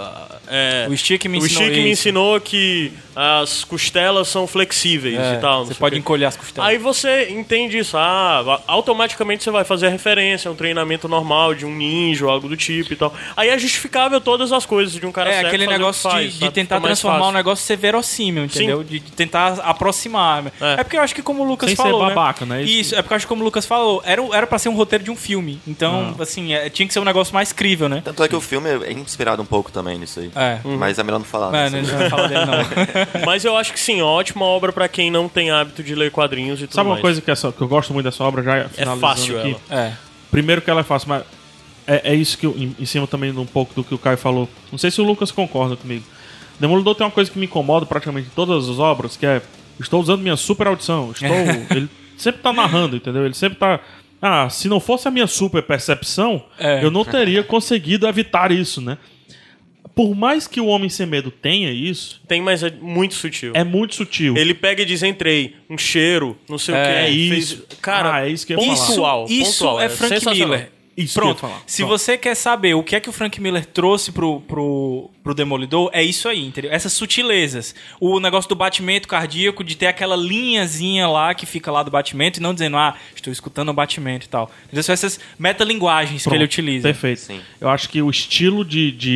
o Stick me ensinou que as costelas são flexíveis e tal. Você pode encolher as costelas. Aí você entende isso, automaticamente você vai fazer a referência a um treinamento normal de um ninja ou algo do tipo e tal. Aí é justificável todas as coisas de um cara certo aquele negócio de tentar transformar o negócio ser verossímil, entendeu? De tentar aproximar. É porque eu acho que como o Lucas falou, ser babaca, né? Isso, é porque eu acho que como o Lucas falou, era pra ser um roteiro de um filme. Então, assim, tinha que ser um negócio mais crível, né? Tanto é que o filme é inspirado um pouco também nisso aí. Mas é melhor não falar. Não vou falar dele, não. Mas eu acho que sim, ótima obra pra quem não tem hábito de ler quadrinhos e tudo mais. Sabe uma coisa que eu gosto muito dessa obra, já finalizando fácil aqui? ela. Primeiro que ela é fácil, mas é isso que em cima também de um pouco do que o Caio falou. Não sei se o Lucas concorda comigo. Demolidor tem uma coisa que me incomoda praticamente em todas as obras, que é... Estou usando minha super audição. Ele sempre tá narrando, entendeu? Ele sempre tá... se não fosse a minha super percepção, eu não teria conseguido evitar isso, né? Por mais que o Homem Sem Medo tenha isso... Tem, mas é muito sutil. É muito sutil. Ele pega e diz, entrei, um cheiro, não sei o que. É isso. Cara, é isso que eu ia falar. Isso é Frank Miller. Isso Pronto. Se você quer saber o que é que o Frank Miller trouxe pro Demolidor, é isso aí, entendeu? Essas sutilezas. O negócio do batimento cardíaco, de ter aquela linhazinha lá que fica lá do batimento e não dizendo, estou escutando o batimento e tal. Então, são essas metalinguagens que ele utiliza. Perfeito. Sim. Eu acho que o estilo de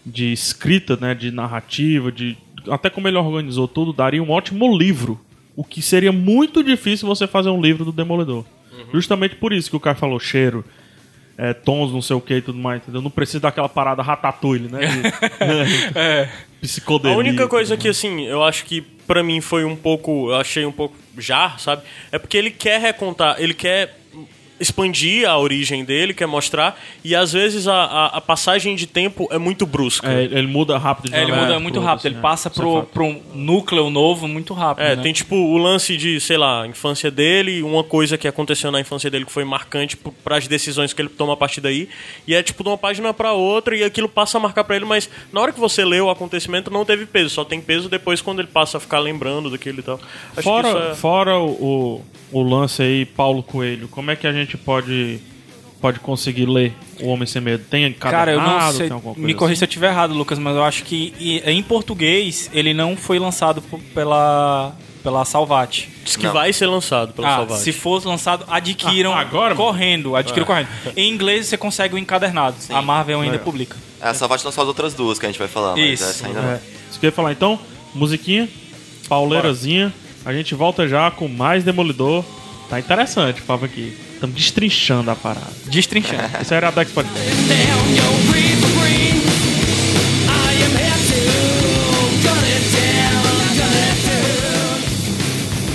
de escrita, né, de narrativa, de até como ele organizou tudo, daria um ótimo livro. O que seria muito difícil você fazer um livro do Demolidor. Justamente por isso que o cara falou cheiro, tons, não sei o que e tudo mais, entendeu? Não precisa daquela parada ratatouille, né? Psicodelia. A única coisa que, assim, eu acho que pra mim foi um pouco... Eu achei um pouco já, sabe? É porque ele quer recontar, ele quer expandir a origem dele, quer mostrar, e às vezes a passagem de tempo é muito brusca. Ele muda rápido. De Ele uma muda vez muito pro rápido, outro, ele assim, passa isso é fato. pro um núcleo novo muito rápido, né? Tem tipo o lance de, sei lá, infância dele, uma coisa que aconteceu na infância dele que foi marcante para as decisões que ele toma a partir daí, e é tipo de uma página para outra e aquilo passa a marcar para ele, mas na hora que você lê o acontecimento não teve peso, só tem peso depois quando ele passa a ficar lembrando daquilo e tal. Acho que isso é... Fora o lance aí, Paulo Coelho, como é que a gente pode conseguir ler O Homem Sem Medo? Tem encadernado? Cara, eu não sei, tem alguma coisa me corrija assim? se eu estiver errado, Lucas, mas eu acho que em português ele não foi lançado pela Salvat. Diz que vai ser lançado pela Salvat. Se for lançado, adquiram agora, correndo. Em inglês você consegue o encadernado. A Marvel ainda publica. A Salvat lançou as outras duas que a gente vai falar, mas Isso. essa ainda não. Você quer falar então? Musiquinha, pauleirazinha. A gente volta já com mais Demolidor. Tá interessante o papo aqui. Estamos destrinchando a parada. Destrinchando. Isso é Iradex Podcast. Down your green for green. I am here to gun it down, gun it down.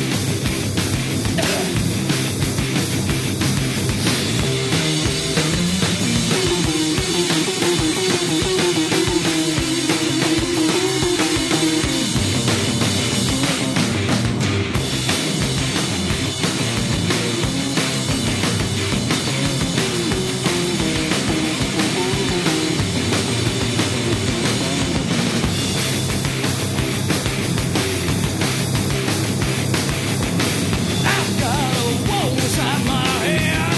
I've got a wall inside my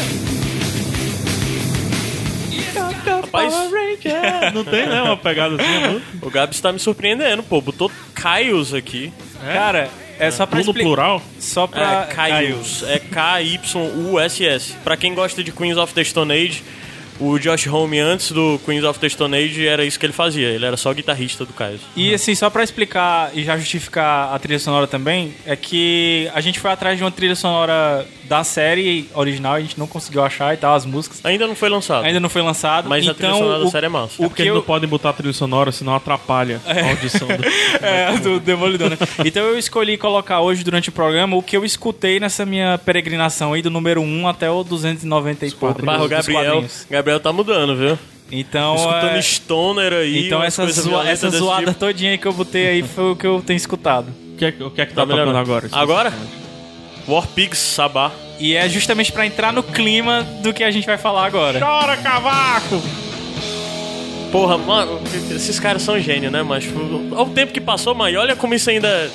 head. Rapaz, Não tem, né? Uma pegada assim. o Gabs tá me surpreendendo, pô. Botou Caius aqui. Cara, é só pra Tudo explicar. plural. Só pra. Caius. É K-Y-U-S-S. Pra quem gosta de Queens of the Stone Age, o Josh Homme antes do Queens of the Stone Age era isso que ele fazia. Ele era só guitarrista do Caius. E assim, só pra explicar e já justificar a trilha sonora também, é que a gente foi atrás de uma trilha sonora da série original, a gente não conseguiu achar e tal, as músicas. Ainda não foi lançado. Ainda não foi lançado. Mas a então, trilha sonora da série é massa. O Porque que eles eu... não podem botar trilha sonora, senão atrapalha a audição do... do Demolidor, né? Então eu escolhi colocar hoje, durante o programa, o que eu escutei nessa minha peregrinação aí, do número 1 até o 290 e pouco. Mas o dos quadrinhos. Gabriel tá mudando, viu? Então, Escutando Stoner aí. então umas essa coisas violentas essa desse zoada tipo. todinha aí que eu botei aí foi o que eu tenho escutado. O que é que tá tocando melhorando. agora? Agora? War Pigs, Sabá. E é justamente pra entrar no clima do que a gente vai falar agora. Chora, cavaco! Porra, mano, esses caras são gênios, né, mas olha o tempo que passou, mas olha como isso ainda...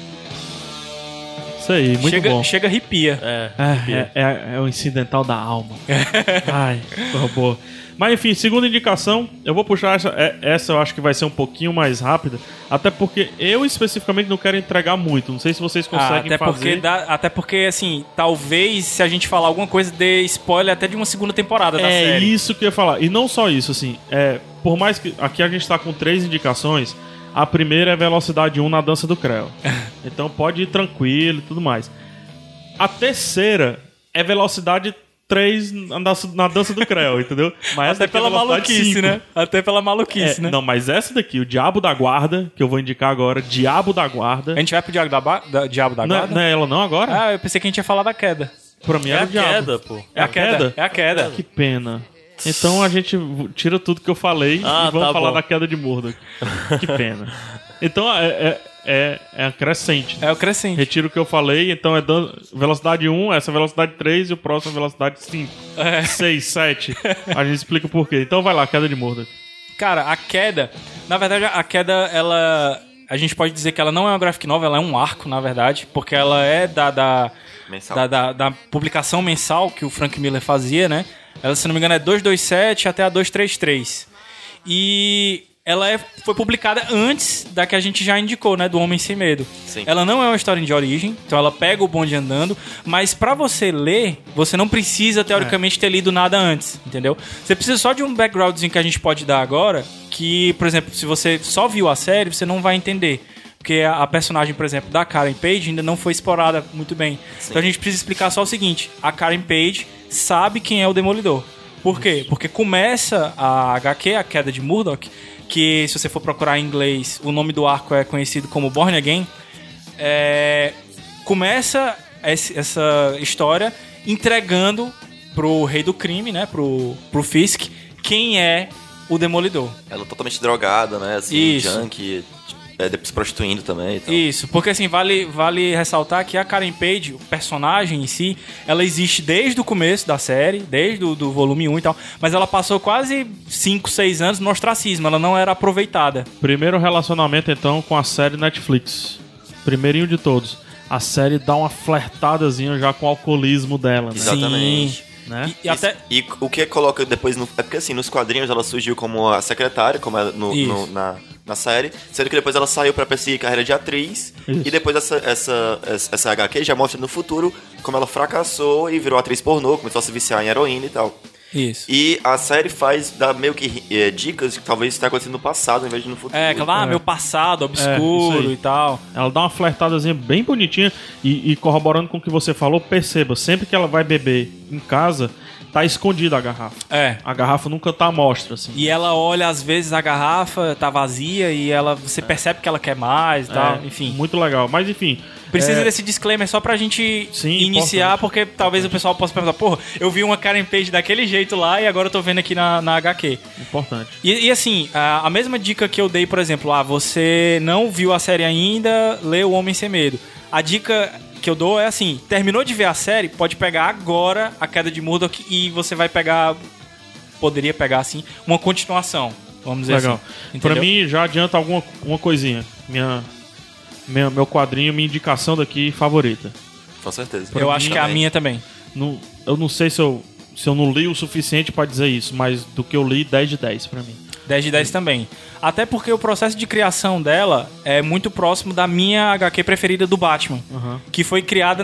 Isso aí, muito bom. Chega arrepia. É o incidental da alma. Ai, porra boa. Mas enfim, segunda indicação, eu vou puxar essa eu acho que vai ser um pouquinho mais rápida, até porque eu especificamente não quero entregar muito, não sei se vocês conseguem fazer. Até porque, assim, talvez se a gente falar alguma coisa dê spoiler até de uma segunda temporada da série. É isso que eu ia falar, e não só isso, assim, por mais que aqui a gente tá com 3 indicações, a primeira é Velocidade 1 na Dança do Creu. Então pode ir tranquilo e tudo mais. A terceira é Velocidade 3 na Dança do Creu, entendeu? Mas Até pela maluquice, né? Até pela maluquice, né? Não, mas essa daqui, o Diabo da Guarda, que eu vou indicar agora, Diabo da Guarda. A gente vai pro Diabo da Não, Guarda? não é ela não agora? Ah, eu pensei que a gente ia falar da queda. Pra mim É era a o Diabo. queda, pô. É a queda? É a queda. Que pena. Então a gente tira tudo que eu falei e vamos tá falar bom. da queda de Murdoch. Que pena. Então é a crescente. É o crescente. Retiro o que eu falei, então é velocidade 1, essa é velocidade 3 e o próximo é velocidade 5. 6, 7. A gente explica o porquê. Então vai lá, queda de Murdoch. Cara, a queda... Na verdade, a queda, ela... A gente pode dizer que ela não é uma graphic novel, ela é um arco, na verdade, porque ela é da publicação mensal que o Frank Miller fazia, né? Ela, se não me engano, é 227 até a 233. E foi publicada antes da que a gente já indicou, né? Do Homem Sem Medo. Sim. Ela não é uma história de origem, então ela pega o bonde andando, mas pra você ler, você não precisa, teoricamente, ter lido nada antes, entendeu? Você precisa só de um backgroundzinho que a gente pode dar agora, que, por exemplo, se você só viu a série, você não vai entender. Porque a personagem, por exemplo, da Karen Page ainda não foi explorada muito bem. Sim. Então a gente precisa explicar só o seguinte: a Karen Page sabe quem é o Demolidor. Por quê? Porque começa a HQ, a Queda de Murdoch, que se você for procurar em inglês, o nome do arco é conhecido como Born Again. Começa essa história entregando pro rei do crime, né? Pro Fisk, quem é o Demolidor. Ela totalmente drogada, né? Assim, Isso. junkie, depois se prostituindo também. Então. Isso, porque assim, vale ressaltar que a Karen Page, o personagem em si, ela existe desde o começo da série, desde do volume 1 e tal, mas ela passou quase 5, 6 anos no ostracismo, ela não era aproveitada. Primeiro relacionamento, então, com a série Netflix. Primeirinho de todos. A série dá uma flertadazinha já com o alcoolismo dela, né? Exatamente. Sim. Né? E até... E o que coloca depois no... É porque assim, nos quadrinhos ela surgiu como a secretária, como é na série, sendo que depois ela saiu pra perseguir carreira de atriz. Isso. E depois essa HQ já mostra no futuro como ela fracassou e virou atriz pornô, começou a se viciar em heroína e tal. Isso. E a série dá meio que dicas de que talvez isso tenha acontecido no passado, em vez de no futuro. Meu passado obscuro isso aí. e tal. Ela dá uma flertadazinha bem bonitinha e corroborando com o que você falou, perceba, sempre que ela vai beber em casa, tá escondida a garrafa. A garrafa nunca tá à mostra, assim. E ela olha, às vezes, a garrafa tá vazia e você percebe que ela quer mais e tal, enfim. Muito legal. Mas, enfim... Precisa desse disclaimer só pra gente iniciar, importante. porque talvez o pessoal possa perguntar, porra, eu vi uma Karen Page daquele jeito lá e agora eu tô vendo aqui na HQ. Importante. E assim, a mesma dica que eu dei, por exemplo, você não viu a série ainda, lê O Homem Sem Medo. A dica que eu dou é assim, terminou de ver a série, pode pegar agora a Queda de Murdoch e você vai poderia pegar assim, uma continuação, vamos dizer Legal. assim. Pra Entendeu? mim, já adianta uma coisinha. Meu quadrinho, minha indicação daqui favorita. Com certeza. Eu acho que é a minha também. Eu não sei se eu não li o suficiente pra dizer isso, mas do que eu li, 10 de 10 pra mim. 10 de 10 também. Até porque o processo de criação dela é muito próximo da minha HQ preferida do Batman, que foi criada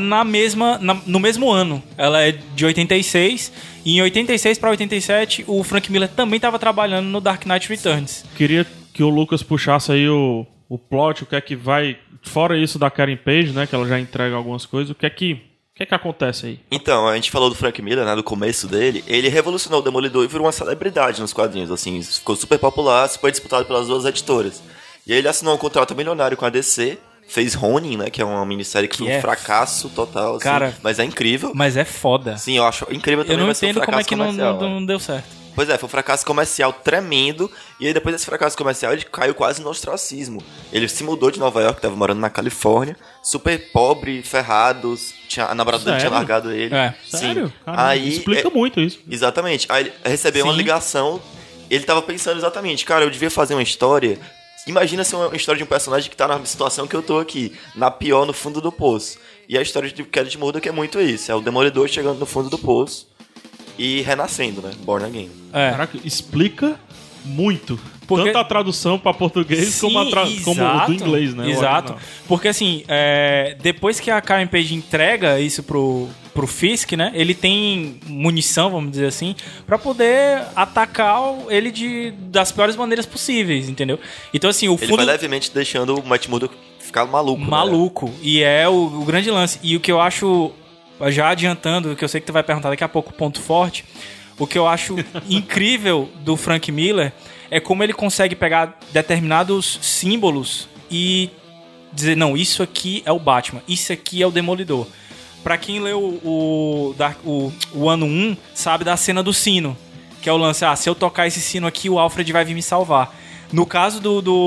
no mesmo ano. Ela é de 86, e em 86 pra 87 o Frank Miller também estava trabalhando no Dark Knight Returns. Queria que o Lucas puxasse aí o plot, o que é que vai... Fora isso da Karen Page, né, que ela já entrega algumas coisas, o que é que acontece aí? Então, a gente falou do Frank Miller, né, do começo dele. Ele revolucionou o Demolidor e virou uma celebridade nos quadrinhos, assim. Ficou super popular, super disputado pelas duas editoras. E aí ele assinou um contrato milionário com a DC, fez Ronin, né, que é uma minissérie que foi um fracasso total, assim. Cara, mas é incrível. Mas é foda. Sim, eu acho incrível também. Eu não mas foi um entendo como é que fracasso comercial, não deu certo. Pois é, foi um fracasso comercial tremendo. E aí depois desse fracasso comercial ele caiu quase no ostracismo. Ele se mudou de Nova York, tava morando na Califórnia, super pobre, ferrado, a namorada dele tinha largado ele. Sim. Sério? Caramba, Aí, explica muito isso. Exatamente. Aí ele recebeu uma ligação, ele tava pensando exatamente, cara, eu devia fazer uma história. Imagina ser uma história de um personagem que tá na situação que eu tô aqui, na pior, no fundo do poço. E a história de Queda de Murdoch é muito isso, é o Demolidor chegando no fundo do poço e renascendo, né? Born Again. Caraca, explica muito. Porque... Tanto a tradução pra português Sim, como do inglês, né? Exato. Porque assim, depois que a Karen Page entrega isso pro Fisk, né? Ele tem munição, vamos dizer assim, pra poder atacar ele das piores maneiras possíveis, entendeu? Então assim, Ele vai levemente deixando o Matt Murdock ficar maluco. Maluco. Né? E é o grande lance. E o que eu acho, já adiantando, que eu sei que tu vai perguntar daqui a pouco, ponto forte, o que eu acho incrível do Frank Miller é como ele consegue pegar determinados símbolos e dizer, não, isso aqui é o Batman, isso aqui é o Demolidor. Pra quem leu o ano 1, sabe da cena do sino, que é o lance, se eu tocar esse sino aqui, o Alfred vai vir me salvar. No caso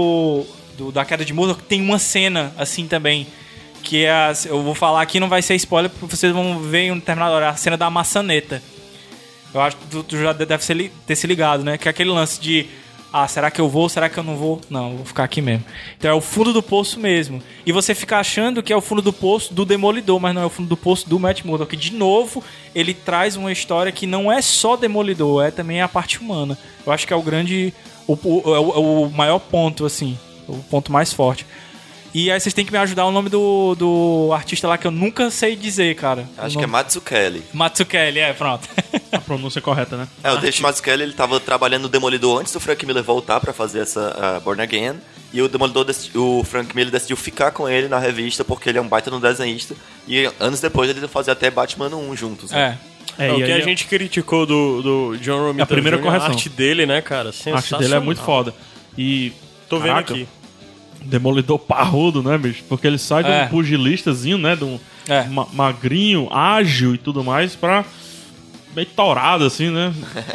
da Queda de Murdoch, tem uma cena assim também, que é, eu vou falar aqui, não vai ser spoiler, porque vocês vão ver em um determinado hora, a cena da maçaneta. Eu acho que tu já deve ter se ligado, né? Que é aquele lance de será que eu vou, será que eu não vou? Não, eu vou ficar aqui mesmo. Então é o fundo do poço mesmo. E você fica achando que é o fundo do poço do Demolidor, mas não é o fundo do poço do Matt Murdock. De novo, ele traz uma história que não é só Demolidor, é também a parte humana. Eu acho que é o grande... o maior ponto, assim. O ponto mais forte. E aí vocês têm que me ajudar o nome do artista lá que eu nunca sei dizer, cara. Acho que é Mazzucchelli. Mazzucchelli, pronto. A pronúncia correta, né? O Dave Mazzucchelli, ele tava trabalhando no Demolidor antes do Frank Miller voltar pra fazer essa Born Again. E o Demolidor, o Frank Miller decidiu ficar com ele na revista porque ele é um baita no desenhista. E anos depois ele fazer até Batman 1 juntos, né? O que a gente criticou do John Romita a primeira Jr., correção. a arte dele, né, cara? A arte dele é muito foda. E... Tô vendo caraca, aqui. Demolidor parrudo, né, bicho? Porque ele sai de um pugilistazinho, né? De um magrinho, ágil e tudo mais, pra bem torado, assim, né?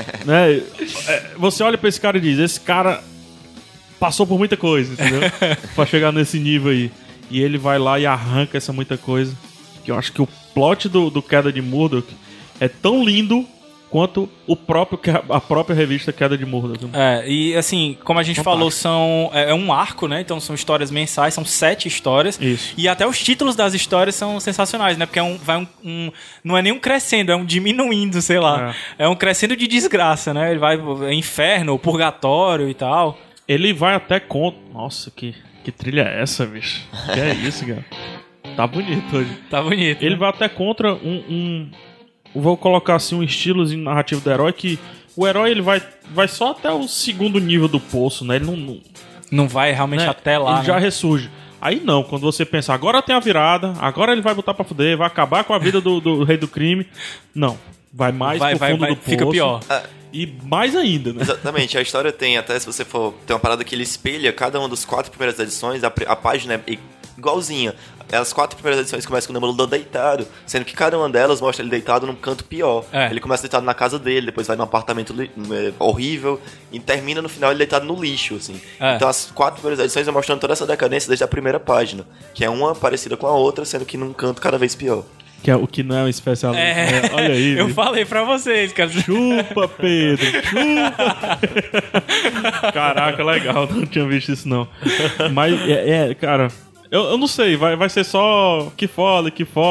Você olha pra esse cara e diz, esse cara passou por muita coisa, entendeu? Pra chegar nesse nível aí. E ele vai lá e arranca essa muita coisa. Que eu acho que o plot do Queda de Murdock é tão lindo quanto a própria revista Queda de Murdock. E assim, como a gente falou, é um arco, né? Então são histórias mensais, são 7 histórias. Isso. E até os títulos das histórias são sensacionais, né? Porque não é nem um crescendo, é um diminuindo, sei lá. É um crescendo de desgraça, né? Ele vai inferno, purgatório e tal. Ele vai até contra... Nossa, que trilha é essa, bicho? Que é isso, cara? Tá bonito hoje. Tá bonito. Ele vai até contra vou colocar assim um estilo narrativo do herói que o herói ele vai só até o segundo nível do poço, né? Ele não vai realmente até lá. Ele já ressurge. Aí não, quando você pensa, agora tem a virada, agora ele vai botar pra fuder, vai acabar com a vida do rei do crime. Não. Vai mais pro fundo do poço. Fica pior. E mais ainda, né? Exatamente, a história tem, até se você for... Tem uma parada que ele espelha cada uma dos 4 primeiras edições, a página é igualzinha. As 4 primeiras edições começam com o Demolidor deitado, sendo que cada uma delas mostra ele deitado num canto pior. Ele começa deitado na casa dele, depois vai num apartamento horrível, e termina no final ele deitado no lixo, assim. Então as 4 primeiras edições vão mostrando toda essa decadência desde a primeira página, que é uma parecida com a outra, sendo que num canto cada vez pior. Que é o que não é um especialista. Olha aí. Eu falei pra vocês, cara. Chupa, Pedro. Chupa. Caraca, legal. Não tinha visto isso, não. Mas, cara... Eu não sei. Vai ser só... Que foda.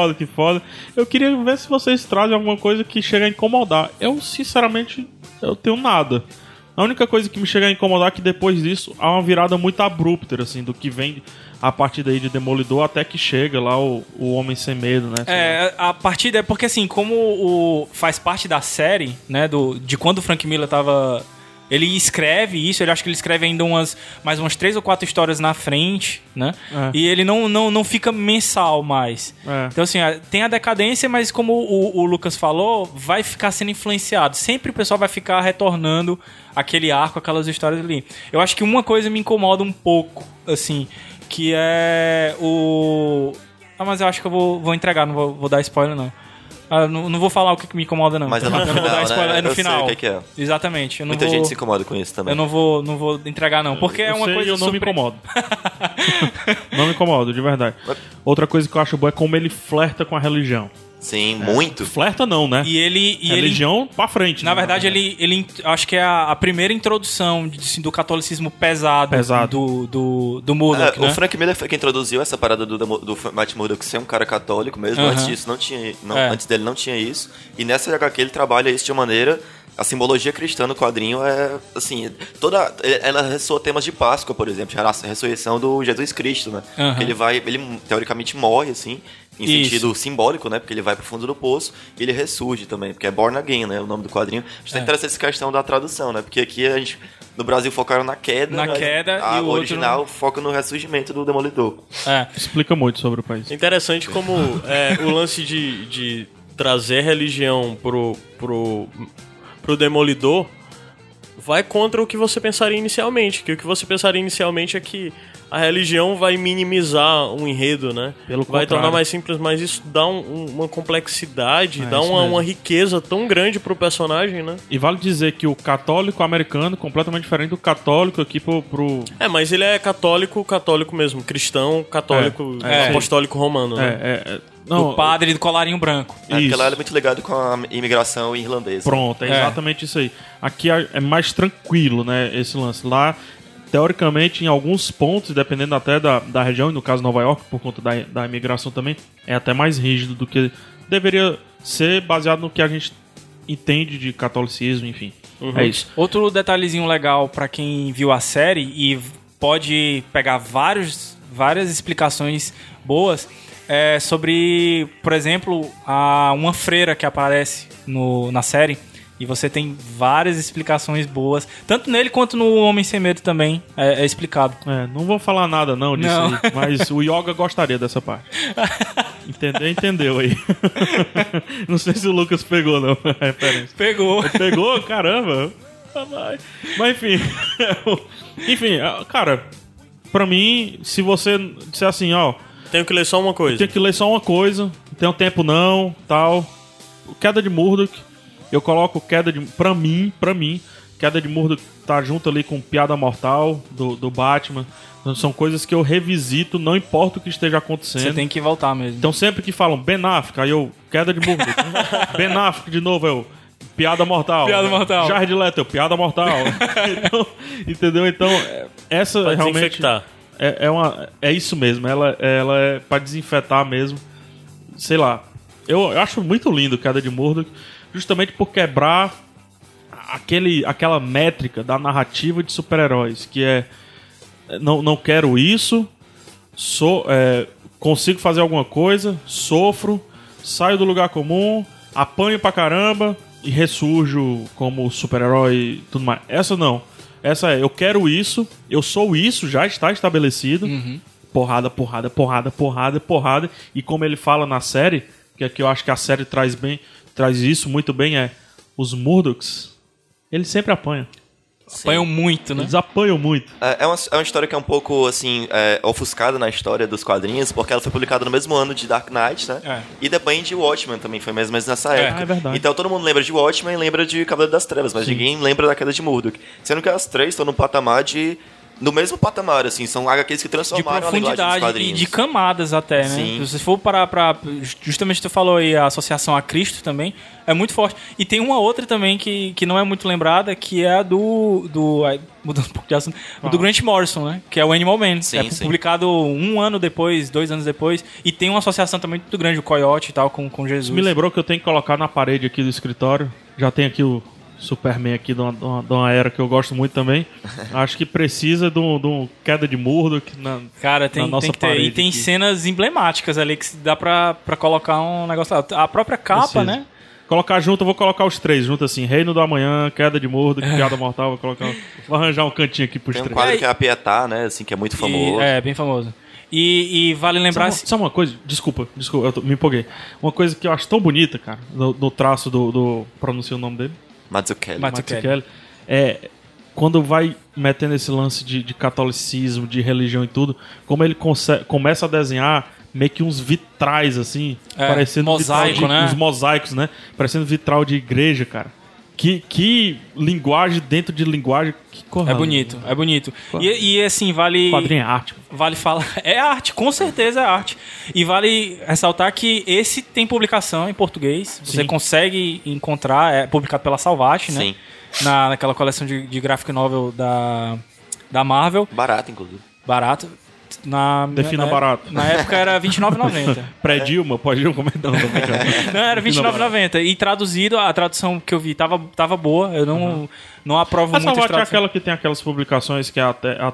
Eu queria ver se vocês trazem alguma coisa que chega a incomodar. Eu, sinceramente, eu tenho nada. A única coisa que me chega a incomodar é que depois disso há uma virada muito abrupta, assim, do que vem a partir daí de Demolidor até que chega lá o Homem Sem Medo, né? A partir daí, porque assim, como faz parte da série, né, de quando o Frank Miller tava... Ele escreve isso, ele acho que ele escreve ainda mais umas 3 ou 4 histórias na frente, né? E ele não fica mensal mais. Então, assim, tem a decadência, mas como o Lucas falou, vai ficar sendo influenciado. Sempre o pessoal vai ficar retornando aquele arco, aquelas histórias ali. Eu acho que uma coisa me incomoda um pouco, assim, que é o... mas eu acho que eu vou entregar, não vou dar spoiler, não. Não vou falar o que me incomoda, não. Mas é no eu final, não vou dar spoiler, né? é no Eu final. sei o que é. Exatamente. Muita gente se incomoda com isso também. Eu não vou entregar, não. Porque é uma coisa... Eu não me incomodo. Não me incomodo, de verdade. Outra coisa que eu acho boa é como ele flerta com a religião. Sim, muito. Flerta não, né? Religião pra frente. Na verdade, ele acho que é a primeira introdução do catolicismo pesado. Do Murdock, né? O Frank Miller foi quem introduziu essa parada do Matt Murdock ser um cara católico mesmo. Antes disso não tinha... Antes dele não tinha isso. E nessa HQ ele trabalha isso de uma maneira... A simbologia cristã no quadrinho é, assim, ela ressoa temas de Páscoa, por exemplo, a ressurreição do Jesus Cristo, né? Que ele teoricamente morre, assim, em sentido simbólico, né? Porque ele vai pro fundo do poço e ele ressurge também, porque é Born Again, né? O nome do quadrinho. Acho que interessante essa questão da tradução, né? Porque aqui a gente, no Brasil, focaram na queda. E o original outro... foca no ressurgimento do Demolidor. Explica muito sobre o país. Interessante como o lance de trazer religião pro Demolidor vai contra o que você pensaria inicialmente. Que o que você pensaria inicialmente é que a religião vai minimizar um enredo, né? Pelo vai contrário. tornar mais simples, mas isso dá uma complexidade, dá isso mesmo. uma riqueza tão grande pro personagem, né? E vale dizer que o católico americano é completamente diferente do católico aqui pro... Mas ele é católico mesmo, cristão, católico, apostólico romano, né? Não, Do padre do colarinho branco. Porque isso. lá é muito ligado com a imigração irlandesa. Pronto, é exatamente isso aí. Aqui é mais tranquilo, né, esse lance. Lá, teoricamente, em alguns pontos, dependendo até da região, e no caso Nova York, por conta da imigração também, é até mais rígido do que deveria ser, baseado no que a gente entende de catolicismo, enfim. É isso. Outro detalhezinho legal pra quem viu a série e pode pegar várias explicações boas é sobre, por exemplo, uma freira que aparece na série. E você tem várias explicações boas, tanto nele quanto no Homem Sem Medo também é explicado. Não vou falar nada não disso Não. aí, mas o Yoga gostaria dessa parte. Entendeu aí. Não sei se o Lucas pegou não a referência. Pegou. Pegou? Caramba. Mas enfim. Enfim, cara, pra mim, se você disser assim, ó, Tenho que ler só uma coisa. tem que ler só uma coisa, não tem tempo não, tal. Queda de Murdoch, eu coloco pra mim, Queda de Murdoch tá junto ali com Piada Mortal do Batman. Então, são coisas que eu revisito, não importa o que esteja acontecendo. Você tem que voltar mesmo. Então sempre que falam Ben Affleck, aí eu, Queda de Murdoch. Ben Affleck de novo, eu, Piada Mortal. Piada Mortal. Jared Leto, Piada Mortal. Então, entendeu? Então, essa Pra realmente desinfectar. é isso mesmo. Ela é pra desinfetar mesmo. Sei lá. Eu acho muito lindo Queda de Murdoch, justamente por quebrar aquela métrica da narrativa de super-heróis, que é não quero isso, consigo fazer alguma coisa, sofro, saio do lugar comum, apanho pra caramba e ressurjo como super-herói e tudo mais. Essa não. Essa eu quero isso, eu sou isso, já está estabelecido. Porrada, porrada, porrada, porrada, porrada. E como ele fala na série, que aqui eu acho que a série traz isso muito bem, os Murdochs, eles sempre apanham. Apanham muito, né? Eles apanham muito. É uma história que é um pouco, assim, ofuscada na história dos quadrinhos, porque ela foi publicada no mesmo ano de Dark Knight, né? É. E também de Watchmen também, foi mais ou menos nessa época. é verdade. Então todo mundo lembra de Watchmen e lembra de Cavaleiro das Trevas, mas ninguém lembra da Queda de Murdoch. Sendo que as três estão no mesmo patamar, assim, são HQs que De transformaram a linguagem dos profundidade e quadrinhos. de camadas até, né? Sim. Se você for parar pra... Justamente tu falou aí, a associação a Cristo também é muito forte. E tem uma outra também que não é muito lembrada, que é a mudando um pouco de assunto, do Grant Morrison, né? Que é o Animal Man. Sim, É sim. publicado 1 ano depois, 2 anos depois. E tem uma associação também muito grande, o Coyote e tal, com Jesus. Me lembrou que eu tenho que colocar na parede aqui do escritório. Já tem aqui o Superman aqui de uma era que eu gosto muito também. Acho que precisa de um Queda de Murdoch Cara, na tem nossa que ter. parede E tem aqui. cenas emblemáticas ali que dá pra colocar um negócio lá. A própria capa, Precisa. né? Colocar junto, eu vou colocar os três junto assim. Reino do Amanhã, Queda de Murdoch, Piada Mortal. Vou colocar. Vou arranjar um cantinho aqui pros Tem um três. quadro que é a Pietá, né, assim, que é muito famoso. É, bem famoso. E vale lembrar... Sabe uma coisa? Desculpa, me empolguei. Uma coisa que eu acho tão bonita, cara, no traço do pronuncia o nome dele? Mazzucchelli. Mazzucchelli. É quando vai metendo esse lance de catolicismo, de religião e tudo, como ele começa a desenhar meio que uns vitrais, assim, parecendo mosaico, vitral né? uns mosaicos, né? Parecendo vitral de igreja, cara. Que linguagem dentro de linguagem. Que corra, É bonito, é bonito. E assim, vale... Quadrinho é arte. Vale falar... É arte, com certeza é arte. E vale ressaltar que esse tem publicação em português. Você Sim. consegue encontrar, é publicado pela Salvat, né? Sim. Naquela coleção de graphic novel da Marvel. Barato, inclusive. Barato. Defina barato. Na época era R$29,90. Pré-Dilma, pode ir comentando. Não, era R$29,90. E traduzido, a tradução que eu vi tava boa. Eu não aprovo A muito as Salvat é traduções. aquela que tem aquelas publicações que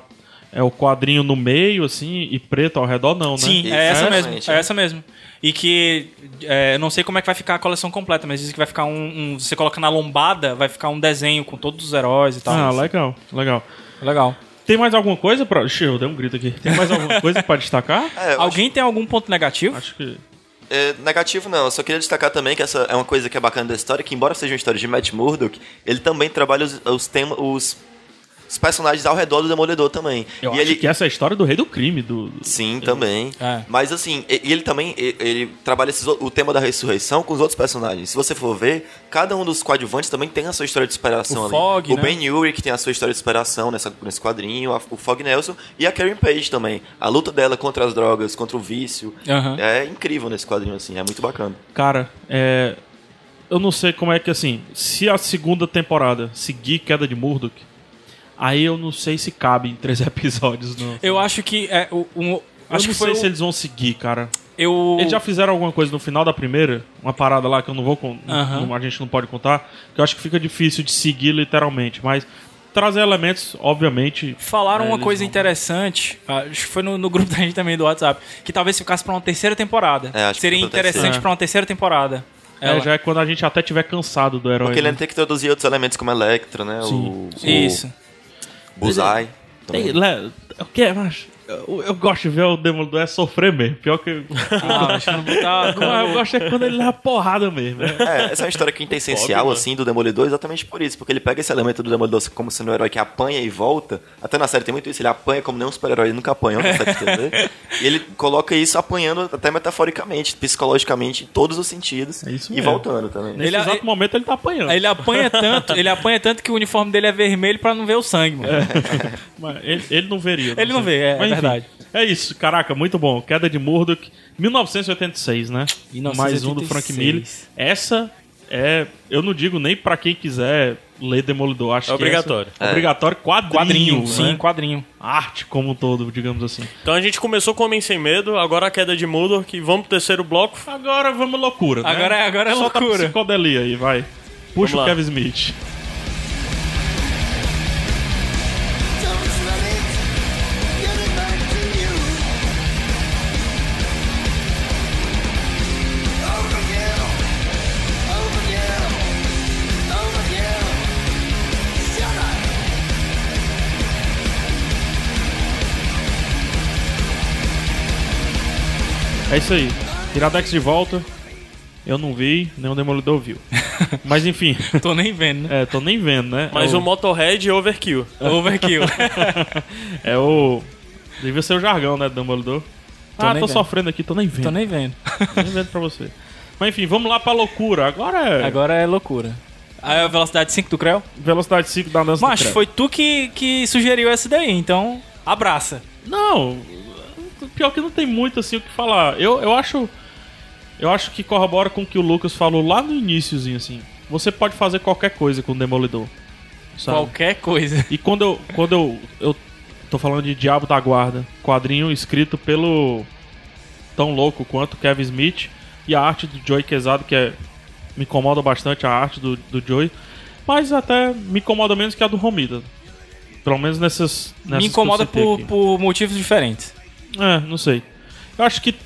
é o quadrinho no meio, assim, e preto ao redor, não, né? Sim, Isso, é essa mesmo. exatamente, É é. essa mesmo. E que eu não sei como é que vai ficar a coleção completa, mas diz que vai ficar você coloca na lombada, vai ficar um desenho com todos os heróis e tal. Ah, legal. Legal. Tem mais alguma coisa pra... Ixi, eu dei um grito aqui. Tem mais alguma coisa pra destacar? Eu Alguém tem algum ponto negativo? Acho que... negativo não, eu só queria destacar também que essa é uma coisa que é bacana da história, que embora seja uma história de Matt Murdock, ele também trabalha os temas, os personagens ao redor do Demolidor também. Eu e acho que essa é a história do Rei do Crime. Sim, também. É. Mas assim, e ele também ele trabalha o tema da ressurreição com os outros personagens. Se você for ver, cada um dos coadjuvantes também tem a sua história de superação O ali. Fog, o né? Ben Urich tem a sua história de superação nesse quadrinho, o Fog Nelson e a Karen Page também. A luta dela contra as drogas, contra o vício. Aham. É incrível nesse quadrinho, assim, é muito bacana. Cara, eu não sei como é que, assim, se a segunda temporada seguir Queda de Murdoch, aí eu não sei se cabe em 3 episódios, não. Eu acho que Eu acho não que foi sei se eles vão seguir, cara. Eles já fizeram alguma coisa no final da primeira, uma parada lá que eu não vou Aham. a gente não pode contar, que eu acho que fica difícil de seguir literalmente, mas trazer elementos, obviamente. falaram uma eles coisa vão- interessante, acho que foi no grupo da gente também do WhatsApp, que talvez ficasse pra uma terceira temporada. É, acho que Seria fica pra interessante terceira. pra uma terceira temporada. Já é quando a gente até tiver cansado do herói. Porque ele né? ainda tem que introduzir outros elementos como Electra, né? Sim. Isso. O Bullseye. Tem, também. o que, mas eu gosto de ver o Demolidor sofrer mesmo. Pior que. Acho que não botar. Mas eu gosto é quando ele leva porrada mesmo. Né? Essa é uma história quintessencial, Foda, assim, do Demolidor exatamente por isso. Porque ele pega esse elemento do Demolidor como sendo um herói que apanha e volta. Até na série tem muito isso, ele apanha como nenhum super-herói, ele nunca apanhou, não consegue entender. E ele coloca isso apanhando até metaforicamente, psicologicamente, em todos os sentidos. É isso e mesmo. voltando também. Nesse exato momento ele tá apanhando. Ele apanha tanto que o uniforme dele é vermelho pra não ver o sangue, mano. Mas ele não veria. Ele não sei. vê, é Mas, enfim, verdade. É isso, caraca, muito bom. Queda de Murdoch, 1986, né? 1986. Mais um do Frank Miller. Essa é, eu não digo nem pra quem quiser ler Demolidor, acho É que obrigatório. essa é obrigatório, quadrinho, Sim, né? quadrinho. Arte como um todo, digamos assim. Então a gente começou com Homem Sem Medo, agora a Queda de Murdoch, que vamos pro terceiro bloco. Agora vamos loucura, né? Agora é Solta a loucura. psicodelia aí, vai. Puxa Vamos o lá. Kevin Smith. Don't let it get it back to you. Overkill, overkill, overkill. Shut up. É isso aí. Iradex de volta. Eu não vi, nem o Demolidor viu. Mas enfim, Tô nem vendo, né? tô nem vendo, né? Mas É o Motorhead e Overkill. Overkill. É o. Devia ser o jargão, né, do Demolidor. Tô Tô nem vendo. sofrendo aqui, tô nem vendo. Tô nem vendo. Tô nem vendo pra você. Mas enfim, vamos lá pra loucura. Agora é Agora é loucura. Aí a velocidade 5 do Creu? velocidade 5 da dança Mas do Creu. foi tu que sugeriu essa daí, então abraça. Não, pior que não tem muito assim o que falar. Eu acho que corrobora com o que o Lucas falou lá no iniciozinho, assim. Você pode fazer qualquer coisa com o Demolidor. Sabe? Qualquer coisa. E quando eu tô falando de Diabo da Guarda, quadrinho escrito pelo tão louco quanto Kevin Smith e a arte do Joey Quesada, que me incomoda bastante a arte do Joey, mas até me incomoda menos que a do Romita. Pelo menos nessas Me incomoda que eu citei aqui. por motivos diferentes. Não sei. Eu acho que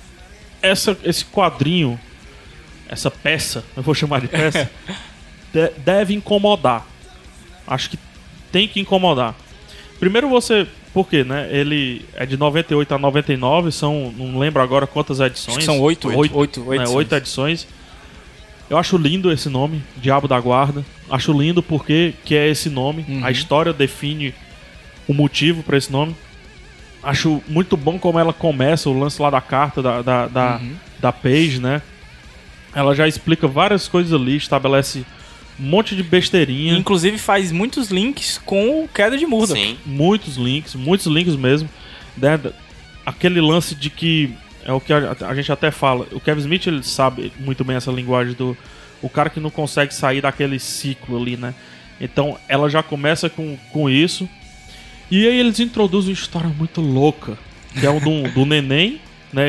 esse quadrinho, essa peça, eu vou chamar de peça, deve incomodar. Acho que tem que incomodar. Primeiro você... Por quê, né? Ele é de 98 a 99, são... Não lembro agora quantas edições. Acho que são 8 8 edições. Eu acho lindo esse nome, Diabo da Guarda. Acho lindo porque que é esse nome. Uhum. A história define o motivo para esse nome. Acho muito bom como ela começa, o lance lá da carta da Paige, né? Ela já explica várias coisas ali, estabelece um monte de besteirinha. Inclusive faz muitos links com o Queda de Murdoch. Sim. Muitos links mesmo. Né? Aquele lance de que é o que a gente até fala. O Kevin Smith, ele sabe muito bem essa linguagem do o cara que não consegue sair daquele ciclo ali, né? Então ela já começa com isso. E aí eles introduzem uma história muito louca, que é o do neném, né?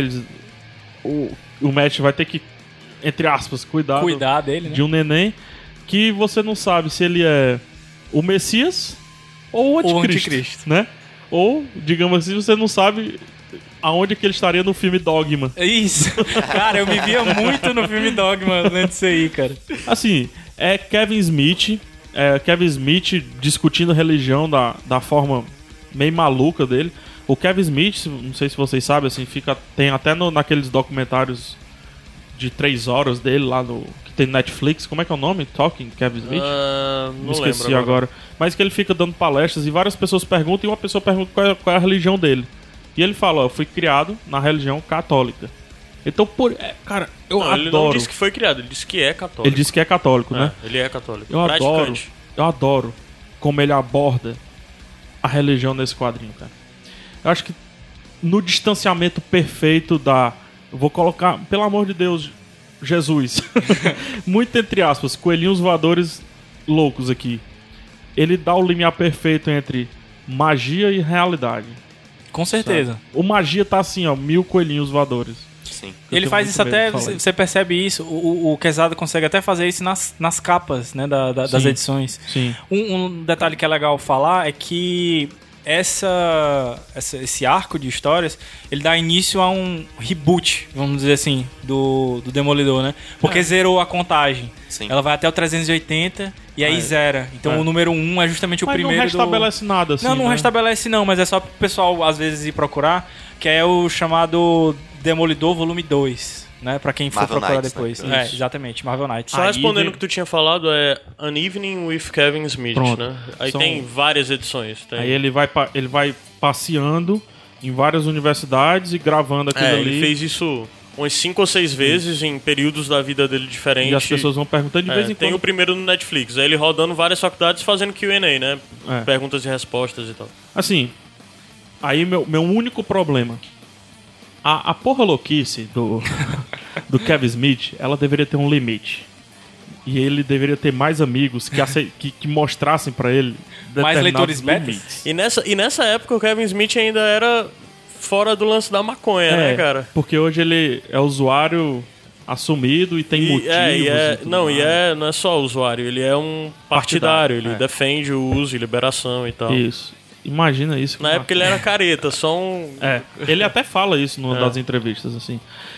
O Matt vai ter que, entre aspas, Cuidar dele, né? de um neném que você não sabe se ele é o Messias ou o Anticristo, né? Ou, digamos assim, você não sabe aonde que ele estaria no filme Dogma. Isso. Cara, eu me via muito no filme Dogma lendo isso aí, cara. Assim, é Kevin Smith discutindo religião da forma meio maluca dele. O Kevin Smith, não sei se vocês sabem, assim, tem até naqueles documentários de 3 horas dele lá que tem Netflix, como é que é o nome? Talking Kevin Smith? Não Esqueci lembro agora. Mas que ele fica dando palestras e várias pessoas perguntam, e uma pessoa pergunta qual é a religião dele. E ele fala, ó, eu fui criado na religião católica. Então, cara, eu Não, adoro... ele não disse que foi criado, ele disse que é católico. Ele disse que é católico, né? Ele é católico. Eu adoro como ele aborda a religião nesse quadrinho, cara. Eu acho que no distanciamento perfeito da... Eu vou colocar, pelo amor de Deus, Jesus. Muito entre aspas, coelhinhos voadores loucos aqui. Ele dá o limiar perfeito entre magia e realidade. Com certeza. Sabe? O magia tá assim, ó, 1000 coelhinhos voadores. Sim. Ele faz isso até, você percebe isso, o Quesada consegue até fazer isso nas capas, né, das Sim. edições. Sim. Um detalhe que é legal falar é que esse arco de histórias, ele dá início a um reboot, vamos dizer assim, do Demolidor, né? Porque zerou a contagem. Sim. Ela vai até o 380 e aí zera. Então o número 1 é justamente o Mas primeiro não restabelece nada, assim, Não né? restabelece não, mas é só pro pessoal às vezes ir procurar, que é o chamado Demolidor Volume 2, né? Pra quem for Marvel procurar Knights, depois. né? É, exatamente, Marvel Knights. Só Aí respondendo vem- o que tu tinha falado, é An Evening with Kevin Smith, Pronto. né? Aí São- tem várias edições. Tem... Aí ele vai passeando em várias universidades e gravando aquilo ali. ele fez isso umas 5 ou 6 vezes em períodos da vida dele diferentes. E as pessoas vão perguntando de vez em Tem quando. o primeiro no Netflix, aí ele rodando várias faculdades fazendo Q&A, né? É. Perguntas e respostas e tal. Assim, aí meu único problema. A porra louquice do Kevin Smith, ela deveria ter um limite. E ele deveria ter mais amigos que mostrassem pra ele Mais determinados leitores betas? limites. E nessa época o Kevin Smith ainda era fora do lance da maconha, né, cara? Porque hoje ele é usuário assumido e tem motivos. e tudo mais. Não é só usuário, ele é um partidário, ele é. defende o uso e liberação e tal. Isso. Imagina isso. Na época ele era careta, só um... Ele até fala isso numa das entrevistas, assim.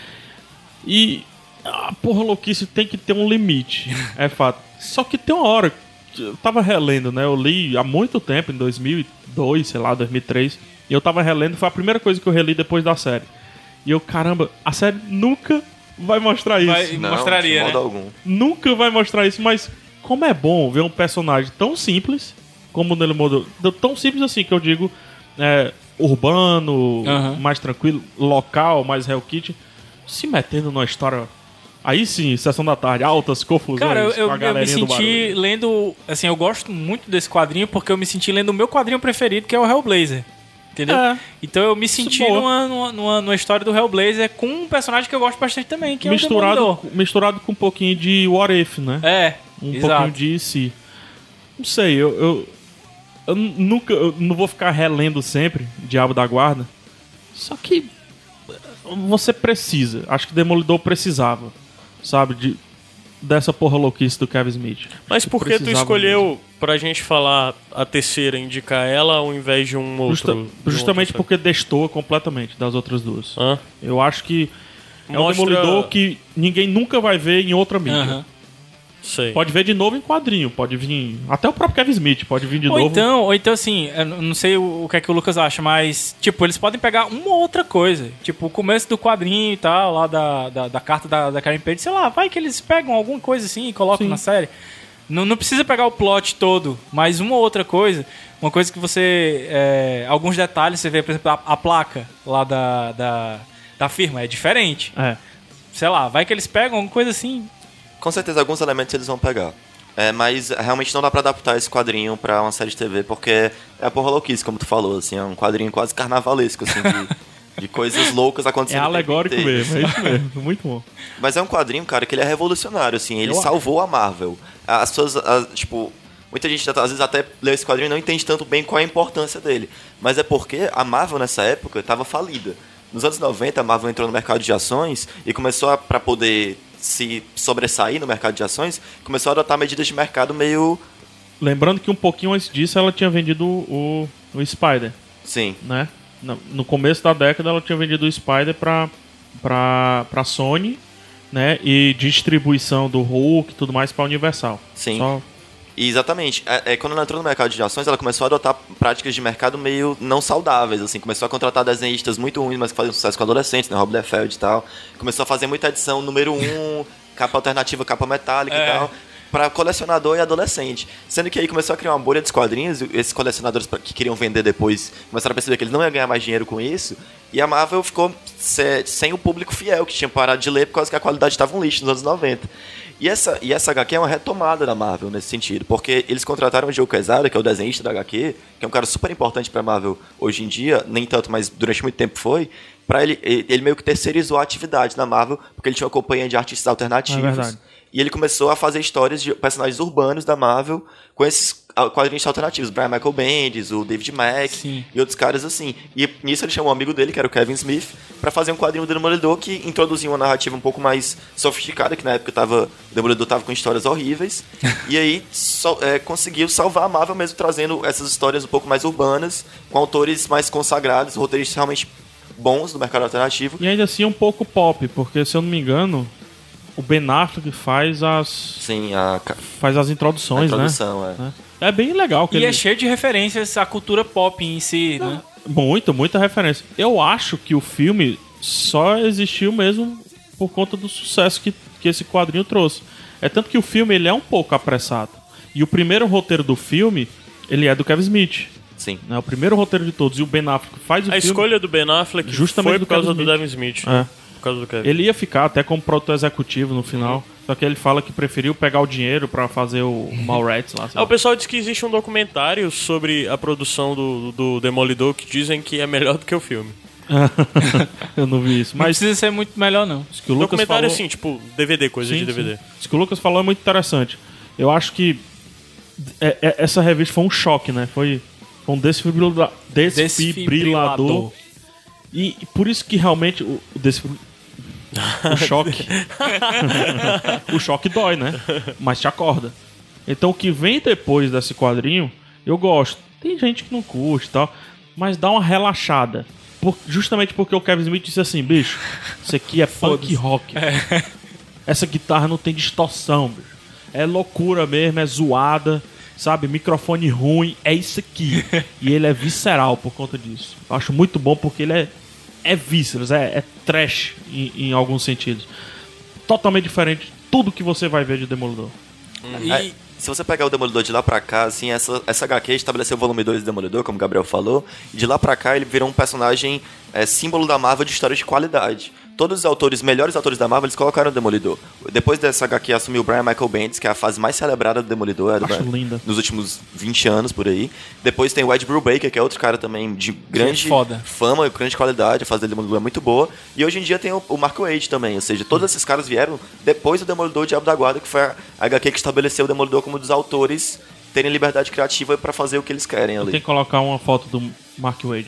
E a porra louquice tem que ter um limite, é fato. Só que tem uma hora, eu tava relendo, né? Eu li há muito tempo, em 2002, sei lá, 2003. E eu tava relendo, foi a primeira coisa que eu reli depois da série. E eu, caramba, a série nunca vai mostrar isso. Não, Mostraria, de modo né? algum. Nunca vai mostrar isso, mas como é bom ver um personagem tão simples como o Demolidor, tão simples assim que eu digo, urbano, Aham. mais tranquilo, local, mais Hell Kitchen, se metendo numa história. Aí sim, sessão da tarde, altas confusões. Cara, eu com a me galerinha do senti barulho. lendo... Assim, eu gosto muito desse quadrinho porque eu me senti lendo o meu quadrinho preferido, que é o Hellblazer. Entendeu? É. Então eu me senti boa. numa história do Hellblazer com um personagem que eu gosto bastante também, que é o Demolidor. Misturado com um pouquinho de What If, né? É, Um exato. pouquinho de si. Não sei, eu não vou ficar relendo sempre Diabo da Guarda. Só que você precisa. Acho que Demolidor precisava, sabe? Dessa porra louquice do Kevin Smith. Mas por que tu Precisava escolheu pra gente falar a terceira, indicar ela ao invés de um outro? Justamente de um outro porque destoa completamente das outras duas. Hã? Eu acho que é um Mostra- Demolidor que ninguém nunca vai ver em outra mídia. Aham. Sei. Pode ver de novo em quadrinho, pode vir. Até o próprio Kevin Smith pode vir de Ou novo. então, assim, eu não sei o que é que o Lucas acha, mas, tipo, eles podem pegar uma ou outra coisa. Tipo, o começo do quadrinho e tal, lá da carta da Karen Page, sei lá, vai que eles pegam alguma coisa assim e colocam Sim. na série. Não precisa pegar o plot todo, mas uma ou outra coisa. Uma coisa que você... alguns detalhes, você vê, por exemplo, a placa lá da firma é diferente. É. Sei lá, vai que eles pegam alguma coisa assim. Com certeza, alguns elementos eles vão pegar. Mas realmente não dá pra adaptar esse quadrinho pra uma série de TV, porque é a porra louquice, como tu falou, assim, é um quadrinho quase carnavalesco, assim, de coisas loucas É acontecendo. o tempo alegórico inteiro, mesmo, é isso mesmo. Muito bom. Mas é um quadrinho, cara, que ele é revolucionário, assim, ele salvou a Marvel. As pessoas, tipo, muita gente às vezes até lê esse quadrinho e não entende tanto bem qual é a importância dele. Mas é porque a Marvel nessa época estava falida. Nos anos 90, a Marvel entrou no mercado de ações e começou pra poder se sobressair no mercado de ações, começou a adotar medidas de mercado meio... Lembrando que um pouquinho antes disso ela tinha vendido o Spider, Sim, né? No começo da década ela tinha vendido o Spider pra Sony, né? E distribuição do Hulk e tudo mais pra Universal. sim. Só... Exatamente. Quando ela entrou no mercado de ações, ela começou a adotar práticas de mercado meio não saudáveis, assim. Começou a contratar desenhistas muito ruins, mas que faziam sucesso com adolescentes, né? Rob Liefeld e tal. Começou a fazer muita edição número 1, capa alternativa, capa metálica É. e tal, pra colecionador e adolescente. Sendo que aí começou a criar uma bolha dos quadrinhos, e esses colecionadores que queriam vender depois começaram a perceber que eles não iam ganhar mais dinheiro com isso, e a Marvel ficou sem o público fiel, que tinha parado de ler por causa que a qualidade estava um lixo nos anos 90. E essa HQ é uma retomada da Marvel nesse sentido, porque eles contrataram o Joe Quesada, que é o desenhista da HQ, que é um cara super importante pra Marvel hoje em dia, nem tanto, mas durante muito tempo foi, pra ele meio que terceirizou a atividade na Marvel, porque ele tinha uma companhia de artistas alternativos. É verdade. E ele começou a fazer histórias de personagens urbanos da Marvel com esses quadrinhos alternativos. Brian Michael Bendis, o David Mack Sim. e outros caras assim. E nisso ele chamou um amigo dele, que era o Kevin Smith, pra fazer um quadrinho do Demolidor que introduzia uma narrativa um pouco mais sofisticada, que na época o Demolidor tava com histórias horríveis. E aí conseguiu salvar a Marvel mesmo trazendo essas histórias um pouco mais urbanas, com autores mais consagrados, roteiristas realmente bons do mercado alternativo. E ainda assim um pouco pop, porque se eu não me engano, o Ben Affleck faz as Sim, introduções, introdução, né? É bem legal. Que E ele... é cheio de referências à cultura pop em si, né? Muita referência. Eu acho que o filme só existiu mesmo por conta do sucesso que esse quadrinho trouxe. É tanto que o filme ele é um pouco apressado. E o primeiro roteiro do filme, ele é do Kevin Smith. Sim. Né? O primeiro roteiro de todos. E o Ben Affleck faz o A filme... escolha do Ben Affleck Justamente foi do por causa Kevin do Devin Smith. É. Por causa do Kevin. Ele ia ficar até como produtor executivo no final. Só que ele fala que preferiu pegar o dinheiro pra fazer o Mallrats lá. sei lá. O pessoal diz que existe um documentário sobre a produção do Demolidor que dizem que é melhor do que o filme. Eu não vi isso. Não Mas precisa ser muito melhor, não. isso que o Lucas Documentário falou... assim, tipo DVD, coisa de DVD. Sim. Isso que o Lucas falou é muito interessante. Eu acho que essa revista foi um choque, né? Foi um desfibrilador. Desfibrilador. E por isso que realmente o choque. O choque dói, né? Mas te acorda. Então o que vem depois desse quadrinho, eu gosto. Tem gente que não curte e tal, mas dá uma relaxada. Justamente porque o Kevin Smith disse assim, bicho, isso aqui é punk rock. Essa guitarra não tem distorção, bicho. É loucura mesmo, é zoada, sabe? Microfone ruim, é isso aqui. E ele é visceral por conta disso. Eu acho muito bom porque ele é vísceras, é trash em alguns sentidos. Totalmente diferente de tudo que você vai ver de Demolidor. E Se você pegar o Demolidor de lá pra cá, assim, essa HQ estabeleceu o volume 2 do Demolidor, como o Gabriel falou, e de lá pra cá ele virou um personagem símbolo da Marvel de história de qualidade. Todos os melhores autores da Marvel, eles colocaram o Demolidor. Depois dessa HQ assumiu o Brian Michael Bendis, que é a fase mais celebrada do Demolidor, Acho linda. nos últimos 20 anos, por aí. Depois tem o Ed Brubaker, que é outro cara também de grande foda. fama e grande qualidade, a fase do Demolidor é muito boa. E hoje em dia tem o Mark Waid também, ou seja, todos esses caras vieram depois do Demolidor Diabo da Guarda, que foi a HQ que estabeleceu o Demolidor como um dos autores terem liberdade criativa pra fazer o que eles querem ali. Tem que colocar uma foto do Mark Waid.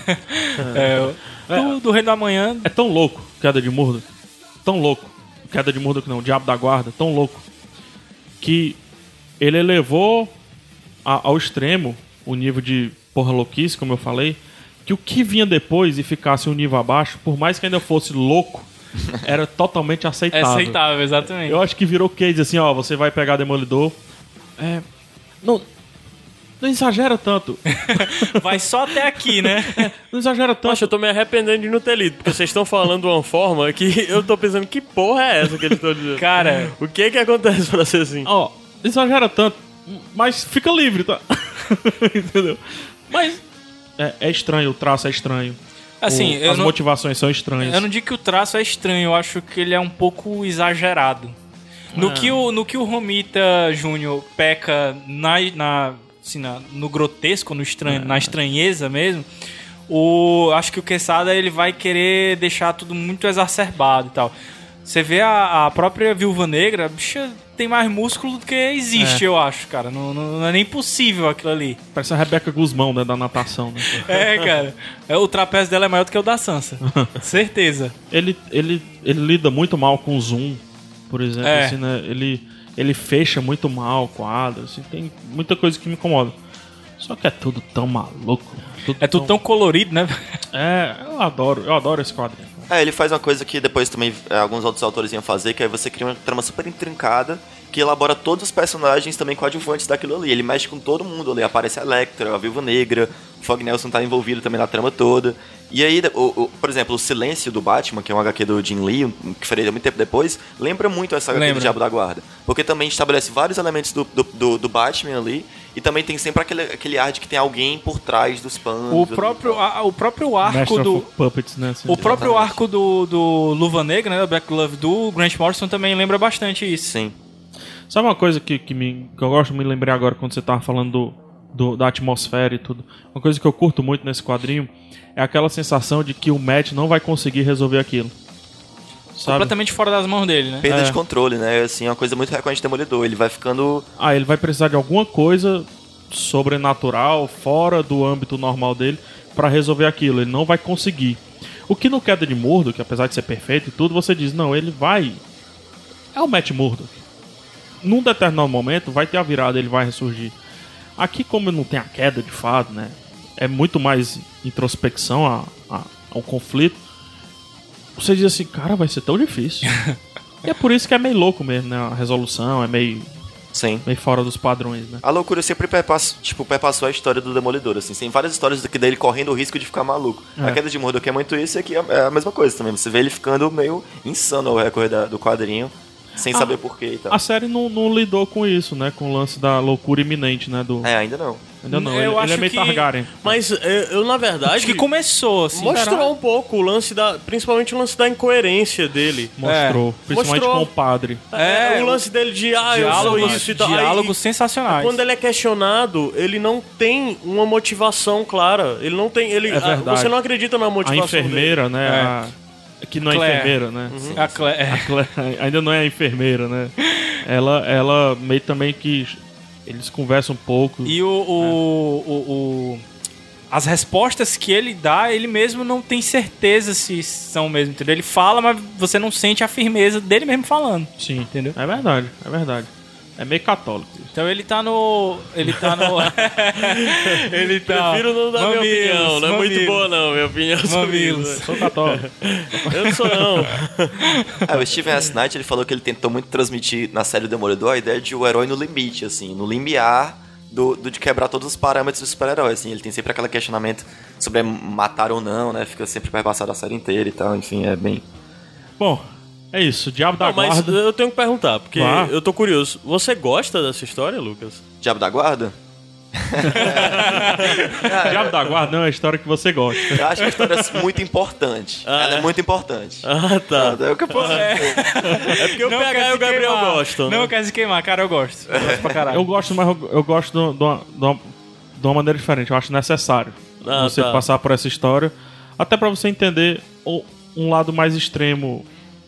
do Reino do Amanhã, É tão louco, Queda de Murdoch. Tão louco. Queda de Murdoch não, Diabo da Guarda. Tão louco. Que ele elevou ao extremo o nível de porra louquice, como eu falei, que o que vinha depois e ficasse um nível abaixo, por mais que ainda fosse louco, era totalmente é aceitável. aceitável, exatamente. Eu acho que virou case assim, ó, você vai pegar Demolidor. Não exagera tanto. Vai só até aqui, né? Não exagera tanto. Poxa, eu tô me arrependendo de não ter lido, porque vocês estão falando de uma forma que eu tô pensando, que porra é essa que eles estão dizendo? Cara, O que acontece pra ser assim? Ó, exagera tanto, mas fica livre, tá? Entendeu? Mas é estranho, o traço é estranho. assim, As motivações são estranhas. eu não digo que o traço é estranho, eu acho que ele é um pouco exagerado. No que o Romita Júnior peca no grotesco, no estranho, na estranheza mesmo, acho que o Quesada ele vai querer deixar tudo muito exacerbado e tal. Você vê a própria Viúva Negra, a bicha tem mais músculo do que existe, eu acho, cara. Não é nem possível aquilo ali. Parece a Rebeca Guzmão, né, da natação, né? Cara. O trapézio dela é maior do que o da Sansa. Certeza. Ele lida muito mal com o zoom, por exemplo, assim, né? Ele fecha muito mal o quadro, assim, tem muita coisa que me incomoda. Só que é tudo tão maluco. É tudo tão colorido, né? Eu adoro esse quadrinho. Ele faz uma coisa que depois também alguns outros autores iam fazer, que aí você cria uma trama super intrincada, que elabora todos os personagens também coadjuvantes daquilo ali. Ele mexe com todo mundo ali, aparece a Electra, a Viúva Negra, o Fog Nelson tá envolvido também na trama toda. E aí, por exemplo, o Silêncio do Batman, que é um HQ do Jim Lee, que foi muito tempo depois, lembra muito essa HQ do Diabo da Guarda. Porque também estabelece vários elementos do Batman ali, e também tem sempre aquele ar de que tem alguém por trás dos panos. O próprio arco Master do... of Puppets, né? Assim. O próprio arco do Luva Negra, né, do Black Glove, do Grant Morrison também lembra bastante isso. Sim. Sabe uma coisa que eu gosto de me lembrar agora quando você tava falando da atmosfera e tudo? Uma coisa que eu curto muito nesse quadrinho é aquela sensação de que o Matt não vai conseguir resolver aquilo. Sabe? Completamente fora das mãos dele, né? Perda de controle, né? Assim, é uma coisa muito recorrente de Demolidor. Ele vai ficando... Ele vai precisar de alguma coisa sobrenatural, fora do âmbito normal dele, pra resolver aquilo. Ele não vai conseguir. O que no Queda de Murdock, apesar de ser perfeito e tudo, você diz, não, ele vai... É o Matt Murdock. Num determinado momento, vai ter a virada, ele vai ressurgir. Aqui, como não tem a queda de fato, né? É muito mais introspecção ao conflito. Você diz assim, cara, vai ser tão difícil. E é por isso que é meio louco mesmo, né? A resolução é meio Sim. fora dos padrões, né? A loucura sempre perpassou a história do Demolidor, assim. Tem várias histórias dele correndo o risco de ficar maluco. A Queda de Murdock é muito isso, e aqui é a mesma coisa também. Você vê ele ficando meio insano ao recorrer do quadrinho, sem saber porquê e tal. A série não lidou com isso, né? Com o lance da loucura iminente, né? Ainda não. Ainda não, Eu ele acho é meio que- Targaryen. Mas eu, na verdade... Acho que começou, assim. Mostrou um pouco o lance principalmente o lance da incoerência dele. Mostrou. Principalmente Mostrou. com o padre. O lance dele de, eu sou isso e tal. Diálogos Aí, sensacionais. quando ele é questionado, ele não tem uma motivação clara. Ele não tem... verdade. Você não acredita na A motivação enfermeira, né? Que não é Claire. enfermeira, né? A Claire, A Claire ainda não é enfermeira, né? Ela meio também que... Eles conversam um pouco. E as respostas que ele dá, ele mesmo não tem certeza se são mesmo, entendeu? Ele fala, mas você não sente a firmeza dele mesmo falando. Sim, Entendeu? É verdade, é verdade. É meio católico. Então ele tá no... ele tá... Prefiro não dar minha opinião. Não é muito boa, não, minha opinião sobre Mamilos. isso. Sou católico. Eu não sou, não. O Steven S. Knight, ele falou que ele tentou muito transmitir na série Demolidor a ideia de o herói no limite, assim, no limiar de quebrar todos os parâmetros do super-herói, assim. Ele tem sempre aquele questionamento sobre matar ou não, né? Fica sempre perpassado a série inteira e tal, enfim, é bem... Bom, é isso. Diabo da Não, mas Guarda. eu tenho que perguntar, porque Vá. eu tô curioso. Você gosta dessa história, Lucas? Diabo da Guarda? Diabo da Guarda não é uma história que você gosta. Eu acho que a história é muito importante. Ela é muito importante. Ah, tá. É o que eu posso dizer. É porque o Não PH quer e se o Gabriel queimar. gostam, né? Não quer se queimar, cara, eu gosto. Eu gosto pra caralho. Eu gosto, mas eu gosto de uma maneira diferente. Eu acho necessário você tá. passar por essa história. Até pra você entender um lado mais extremo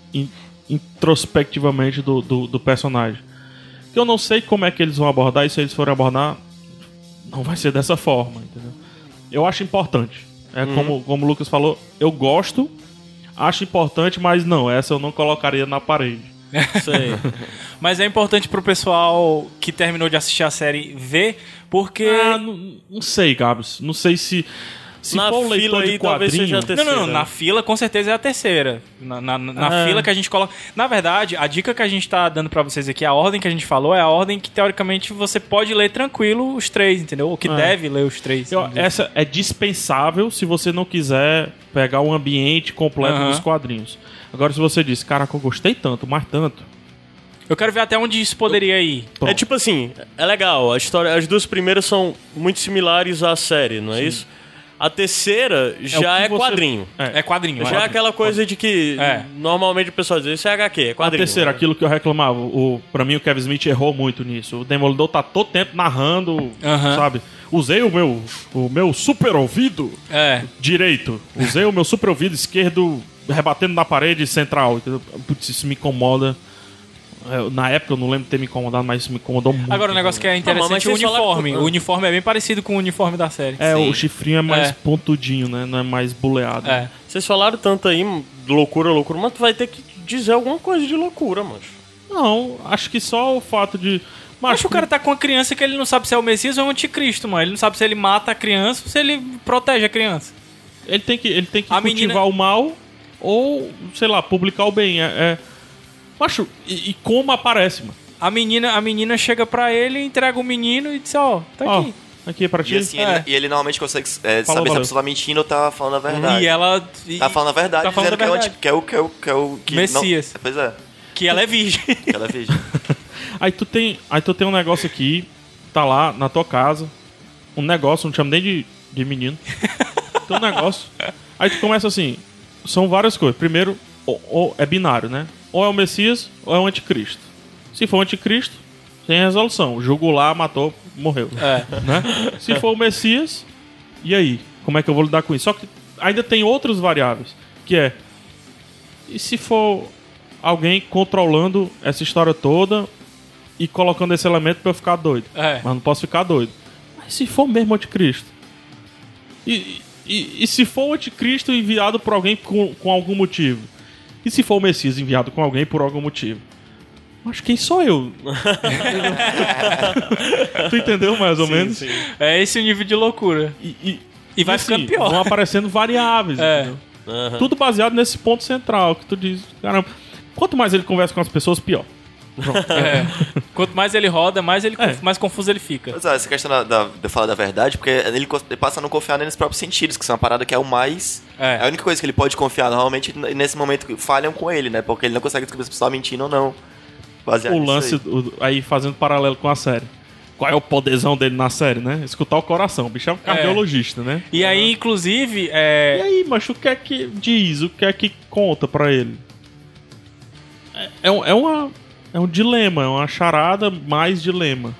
introspectivamente do personagem. Que eu não sei como é que eles vão abordar, e se eles forem abordar, não vai ser dessa forma, entendeu? Eu acho importante. Como o Lucas falou, eu gosto, acho importante, mas não, essa eu não colocaria na parede. Sei. Mas é importante pro pessoal que terminou de assistir a série ver, porque... Não sei, Gabs. Não sei se Na for um fila leitor de aí, talvez seja quadrinho... a terceira. Não, na fila com certeza é a terceira. Na fila que a gente coloca... Na verdade, a dica que a gente tá dando pra vocês aqui, a ordem que a gente falou, é a ordem que teoricamente você pode ler tranquilo os três, entendeu? Ou que deve ler os três. Essa é dispensável se você não quiser pegar o ambiente completo dos quadrinhos. Agora, se você diz, caraca, eu gostei tanto, mais tanto... Eu quero ver até onde isso poderia ir. É tipo assim, é legal, a história, as duas primeiras são muito similares à série, não é isso? A terceira já o que é você- quadrinho. É quadrinho. Já é aquela coisa de que normalmente o pessoal diz, isso é HQ, é A quadrinho. terceira, né? aquilo que eu reclamava, pra mim o Kevin Smith errou muito nisso. O Demolidor tá todo tempo narrando, sabe? Usei o meu super ouvido direito, usei o meu super ouvido esquerdo rebatendo na parede central. Entendeu? Putz, isso me incomoda. Na época eu não lembro de ter me incomodado, mas isso me incomodou muito. Agora, o negócio que é mas interessante é o vocês falaram uniforme. que- O uniforme é bem parecido com o uniforme da série. O chifrinho é mais É. pontudinho, né? Não é mais buleado. É. Vocês falaram tanto aí, loucura, mas tu vai ter que dizer alguma coisa de loucura, mano. Não, acho que só o fato de... Mas o cara tá com uma criança que ele não sabe se é o Messias ou é o anticristo, mano. Ele não sabe se ele mata a criança ou se ele protege a criança. Ele tem que A cultivar menina- o mal ou, sei lá, publicar o bem. Macho, e como aparece, mano? A menina chega pra ele, entrega o menino e diz, ó, tá Ó, aqui. Aqui pra ti. E assim, ele normalmente consegue saber se a valeu. pessoa tá mentindo ou tá falando a verdade. E ela... Tá falando a verdade, tá falando dizendo a verdade. que é o que Messias. Não, pois é, Que ela é virgem. que ela é virgem. Aí tu tem um negócio aqui, tá lá na tua casa, um negócio, não te chamo nem de menino. Tem um negócio. Aí tu começa assim, são várias coisas. Primeiro, ou é binário, né? Ou é o Messias, ou é o anticristo. Se for o anticristo, tem resolução. Jogou lá, matou, morreu. Né? Se for o Messias, e aí? Como é que eu vou lidar com isso? Só que ainda tem outras variáveis, que é... E se for alguém controlando essa história toda e colocando esse elemento pra eu ficar doido? Mas não posso ficar doido. Mas se for mesmo o anticristo? E se for o anticristo enviado por alguém com algum motivo? E se for o Messias enviado com alguém por algum motivo? Mas quem sou eu? Tu entendeu mais ou menos? Sim. É esse o nível de loucura. E vai ficando pior. Vão aparecendo variáveis, entendeu? Tudo baseado nesse ponto central que tu diz, caramba, quanto mais ele conversa com as pessoas, pior. Quanto mais ele roda, mais confuso ele fica. Pois é, essa questão de falar da verdade, porque ele passa a não confiar nos próprios sentidos, que são uma parada que é o mais... É a única coisa que ele pode confiar. Normalmente, nesse momento, falham com ele, né? Porque ele não consegue descobrir se a pessoa tá mentindo ou não. Baseado O lance, aí fazendo paralelo com a série. Qual é o poderzão dele na série, né? Escutar o coração. O bicho é um cardiologista, né? E aí, inclusive... E aí, macho, o que é que diz? O que é que conta pra ele? É um dilema, é uma charada mais dilema.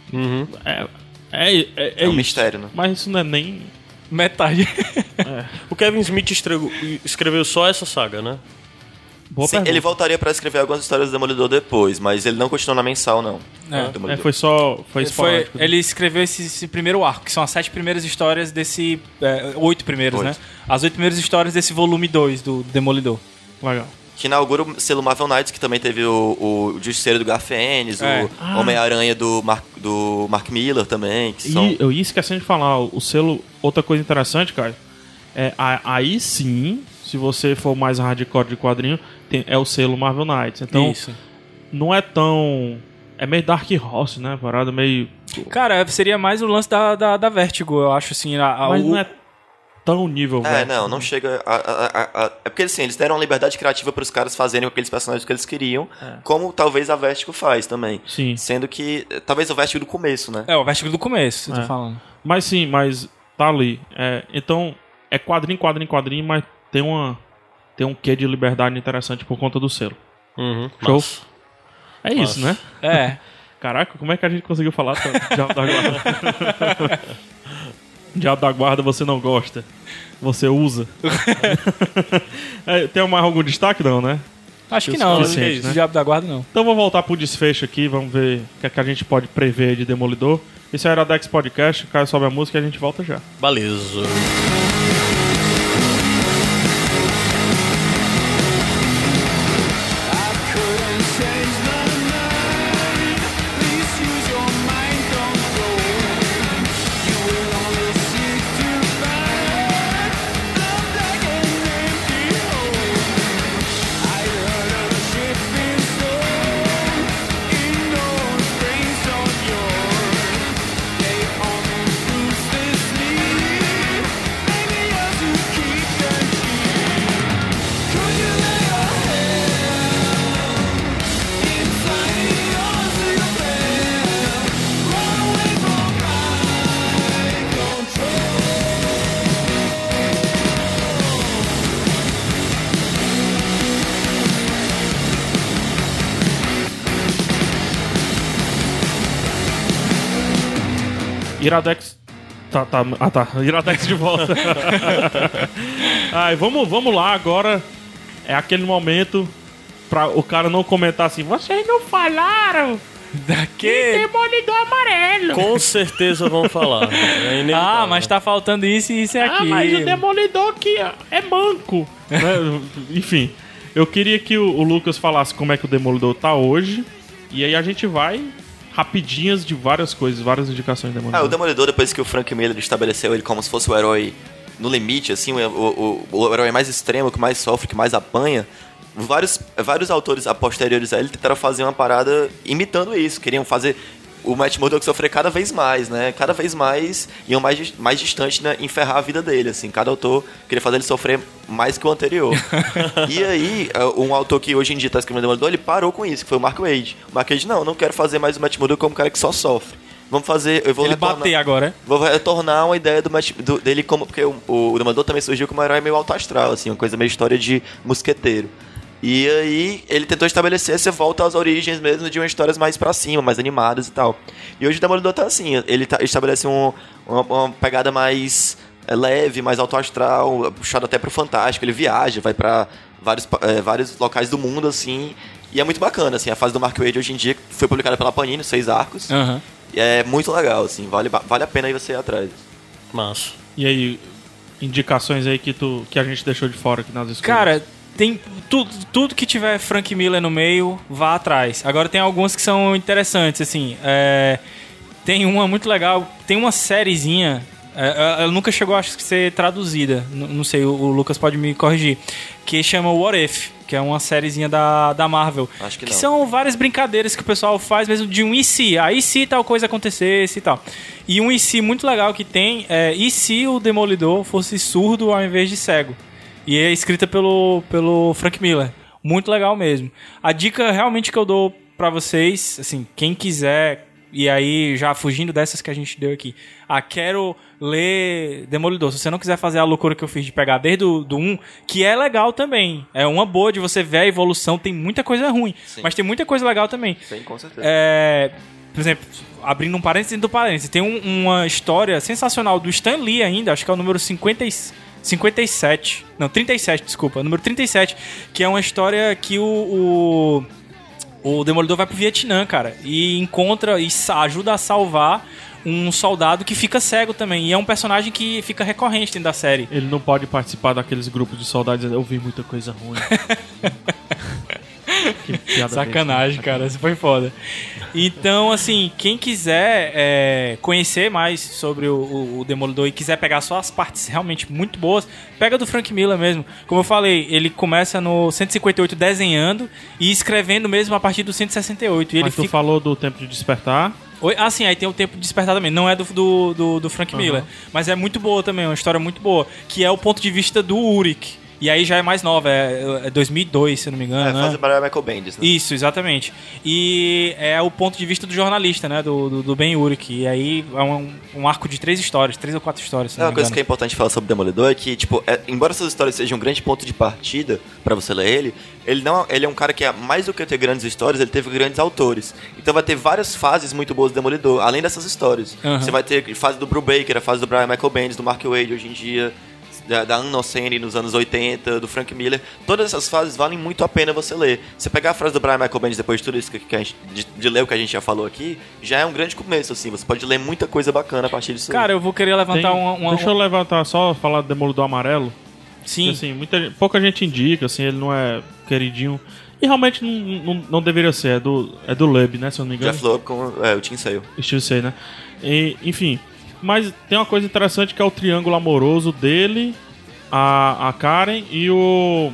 É um isso. mistério, né? Mas isso não é nem... Metade. O Kevin Smith escreveu só essa saga, né? Boa Sim, pergunta. ele voltaria pra escrever algumas histórias do Demolidor depois, mas ele não continuou na mensal, não. Demolidor. Foi esporádico. Ele escreveu esse primeiro arco, que são as 7 primeiras histórias desse... 8 primeiros, 8. né? As 8 primeiras histórias desse volume 2 do Demolidor. Legal. Que inaugura o selo Marvel Knights, que também teve o Justiceiro do Garfienes, o Homem-Aranha do Mark Miller também. Que são... E eu ia esquecendo de falar, o selo... Outra coisa interessante, cara, aí sim, se você for mais hardcore de quadrinho, é o selo Marvel Knights. Então, Isso. não é tão... É meio Dark Horse, né? Parada meio... Cara, seria mais o lance da Vertigo, eu acho, assim. Mas não é tão nível velho. Não chega é porque assim, eles deram uma liberdade criativa para os caras fazerem aqueles personagens que eles queriam, como talvez a Vertigo faz também. Sim. Sendo que, talvez o Vertigo do começo, né? O Vertigo do começo, eu tô falando. Mas sim, tá ali. Então, é quadrinho, mas tem um quê de liberdade interessante por conta do selo. Show? Massa. É isso, né? Caraca, como é que a gente conseguiu falar tanto? Diabo da Guarda. Diabo da Guarda você não gosta. Você usa. Tem mais algum destaque, não, né? Acho que não, suficiente, né? né? Diabo da Guarda não. Então vou voltar pro desfecho aqui, vamos ver o que é que a gente pode prever de Demolidor. Esse é o Iradex Podcast, o Caio sobe a música e a gente volta já. Beleza. Iradex. Tá. Iradex de volta. Ai, vamos lá agora. É aquele momento pra o cara não comentar assim: vocês não falaram Daquele. Demolidor amarelo. Com certeza vão falar. É inevitável. Mas tá faltando isso e isso aqui. Mas o Demolidor aqui é manco. Né? Enfim, eu queria que o Lucas falasse como é que o Demolidor tá hoje. E aí a gente vai rapidinhas de várias coisas, várias indicações do Demolidor. O Demolidor, depois que o Frank Miller estabeleceu ele como se fosse o herói no limite, assim, o herói mais extremo, que mais sofre, que mais apanha, vários autores a posteriores a ele tentaram fazer uma parada imitando isso, queriam fazer o Matt Murdock sofrer cada vez mais, né? Cada vez mais iam mais distante, né, em ferrar a vida dele, assim. Cada autor queria fazer ele sofrer mais que o anterior. E aí, um autor que hoje em dia tá escrevendo Demolidor, ele parou com isso, que foi o Mark Waid. O Mark Waid, não quero fazer mais o Matt Murdock como um cara que só sofre. Vamos fazer... Eu vou Ele retornar, bater agora, é? Vou retornar uma ideia dele como... Porque o Demolidor também surgiu como um herói meio alto astral, assim, uma coisa meio história de mosqueteiro. E aí ele tentou estabelecer essa volta às origens mesmo de umas histórias mais pra cima, mais animadas e tal. E hoje o Demolidor tá assim, ele estabelece uma pegada mais leve, mais alto astral, puxado até pro fantástico. Ele viaja, vai pra vários locais do mundo, assim, e é muito bacana, assim. A fase do Mark Waid hoje em dia foi publicada pela Panini, 6 arcos. Aham. E é muito legal, assim, vale a pena aí você ir atrás. Massa. E aí, indicações aí que a gente deixou de fora aqui nas escolas? Cara, tem tudo que tiver Frank Miller no meio, vá atrás. Agora tem algumas que são interessantes, assim. Tem uma muito legal, tem uma sériezinha, ela nunca chegou a ser traduzida, não sei, o Lucas pode me corrigir, que chama What If, que é uma sériezinha da Marvel. Acho que não. São várias brincadeiras que o pessoal faz mesmo de um e se. Aí se tal coisa acontecesse e tal. E um e se muito legal que tem é e se o Demolidor fosse surdo ao invés de cego. E é escrita pelo Frank Miller. Muito legal mesmo. A dica realmente que eu dou pra vocês, assim, quem quiser, e aí já fugindo dessas que a gente deu aqui, quero ler Demolidor. Se você não quiser fazer a loucura que eu fiz de pegar desde do 1, que é legal também. É uma boa de você ver a evolução. Tem muita coisa ruim, Sim. mas tem muita coisa legal também. Sim, com certeza. Por exemplo, abrindo um parênteses dentro do parênteses, tem uma história sensacional do Stan Lee ainda, acho que é o número 57, desculpa, número 37, que é uma história que o Demolidor vai pro Vietnã, cara, e encontra e ajuda a salvar um soldado que fica cego também, e é um personagem que fica recorrente dentro da série. Ele não pode participar daqueles grupos de soldados. Eu vi muita coisa ruim. Que piada Sacanagem, besta. cara, isso foi foda. Então, assim, quem quiser conhecer mais sobre o Demolidor e quiser pegar só as partes realmente muito boas, pega do Frank Miller mesmo. Como eu falei, ele começa no 158 desenhando e escrevendo mesmo a partir do 168. E ele Mas tu falou do Tempo de Despertar. sim, aí tem o Tempo de Despertar também. Não é do Frank Miller, mas é muito boa também, uma história muito boa, que é o ponto de vista do Urich. E aí já é mais nova, é 2002, se eu não me engano, né? Faz o Michael Bendis, né? Isso, exatamente. E é o ponto de vista do jornalista, né? Do Ben Urich. E aí é um arco de 3 ou 4 histórias. Uma coisa que é importante falar sobre o Demolidor é que, tipo, embora essas histórias sejam um grande ponto de partida pra você ler ele é um cara que, mais do que ter grandes histórias, ele teve grandes autores. Então vai ter várias fases muito boas do Demolidor, além dessas histórias. Uhum. Você vai ter fase do Brubaker, a fase do Brian Michael Bendis, do Mark Waid hoje em dia, da Ann Noceni nos anos 80, do Frank Miller. Todas essas fases valem muito a pena você ler. Você pegar a frase do Brian Michael Bendis depois de tudo isso de ler o que a gente já falou aqui, já é um grande começo, assim. Você pode ler muita coisa bacana a partir disso. Cara, eu vou querer levantar Deixa eu levantar só, falar do Demolidor Amarelo. Sim. Assim, pouca gente indica, assim, ele não é queridinho. E realmente não deveria ser. É do Leb, né, se eu não me engano. Jeff Loeb com o Tim Sale. Steve Say, né? E, enfim. Mas tem uma coisa interessante que é o triângulo amoroso dele, a Karen e o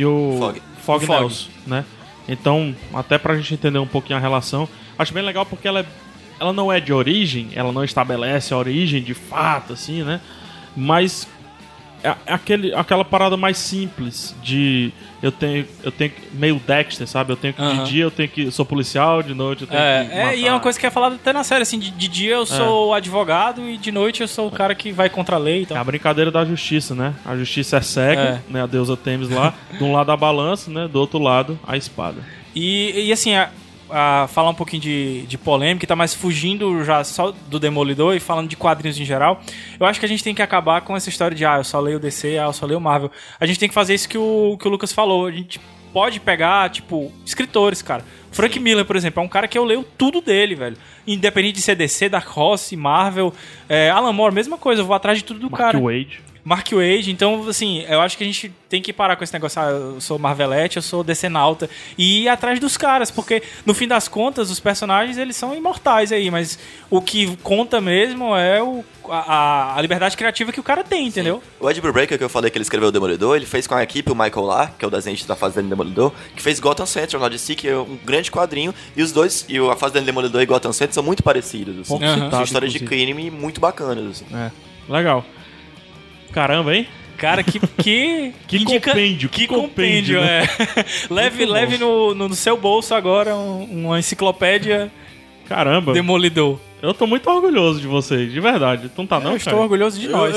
Fog Nelson, né? Então, até pra gente entender um pouquinho a relação, acho bem legal porque ela não é de origem, ela não estabelece a origem de fato, assim, né? Mas é aquela parada mais simples de eu tenho meio Dexter, sabe? De dia eu sou policial, de noite eu tenho que matar. E é uma coisa que é falada até na série, assim, de dia eu sou advogado e de noite eu sou o cara que vai contra a lei e tal. É a brincadeira da justiça, né? A justiça é cega, né? A deusa Temis lá, de um lado a balança, né? Do outro lado a espada. E assim, falar um pouquinho de polêmica, tá mais fugindo já só do Demolidor e falando de quadrinhos em geral, eu acho que a gente tem que acabar com essa história de eu só leio o DC, eu só leio o Marvel. A gente tem que fazer isso que o Lucas falou. A gente pode pegar, tipo, escritores, cara. Frank Miller, por exemplo, é um cara que eu leio tudo dele, velho. Independente de ser DC, Dark Horse, Marvel, Alan Moore, mesma coisa, eu vou atrás de tudo do cara. Mark Waid. Mark Waid, então, assim, eu acho que a gente tem que parar com esse negócio, eu sou Marvelette, eu sou DC-nauta, e ir atrás dos caras, porque, no fim das contas, os personagens, eles são imortais aí, mas o que conta mesmo é a liberdade criativa que o cara tem, entendeu? O Ed Brubaker, que eu falei que ele escreveu o Demolidor, ele fez com a equipe o Michael Lark, que é o desenhista da fase dele no Demolidor, que fez Gotham Central na DC, que é um grande quadrinho, e os dois, a fase dele no Demolidor e Gotham Central são muito parecidos, assim. Pouco citado, São histórias de inclusive. crime muito bacanas, assim. Legal. Caramba, hein? Cara, que compêndio, que que compêndio, compêndio, leve no seu bolso agora uma enciclopédia Caramba. Demolidor. Eu tô muito orgulhoso de vocês, de verdade. Tu não tá não, Eu cara? estou orgulhoso de nós.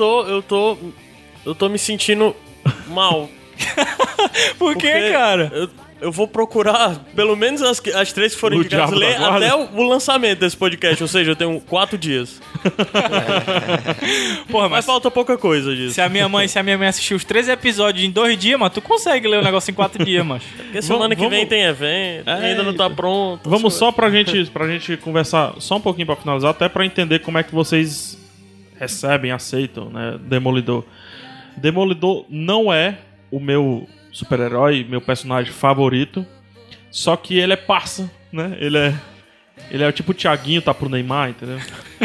Eu tô me sentindo mal. Por quê, Porque cara? Eu vou procurar, pelo menos as 3 que foram O indicadas, Diabo da ler Guarda? até o lançamento desse podcast. Ou seja, eu tenho 4 dias. Porra, Mas mas falta pouca coisa disso. se a minha mãe assistir os 3 episódios em 2 dias, mano, tu consegue ler o negócio em 4 dias, mano. Porque semana que vem tem evento, ainda não tá pronto. Vamos só pra gente conversar só um pouquinho pra finalizar, até pra entender como é que vocês recebem, aceitam, né, Demolidor. Demolidor não é o meu super-herói, meu personagem favorito, só que ele é parça, né? Ele é tipo o Thiaguinho, tá pro Neymar, entendeu?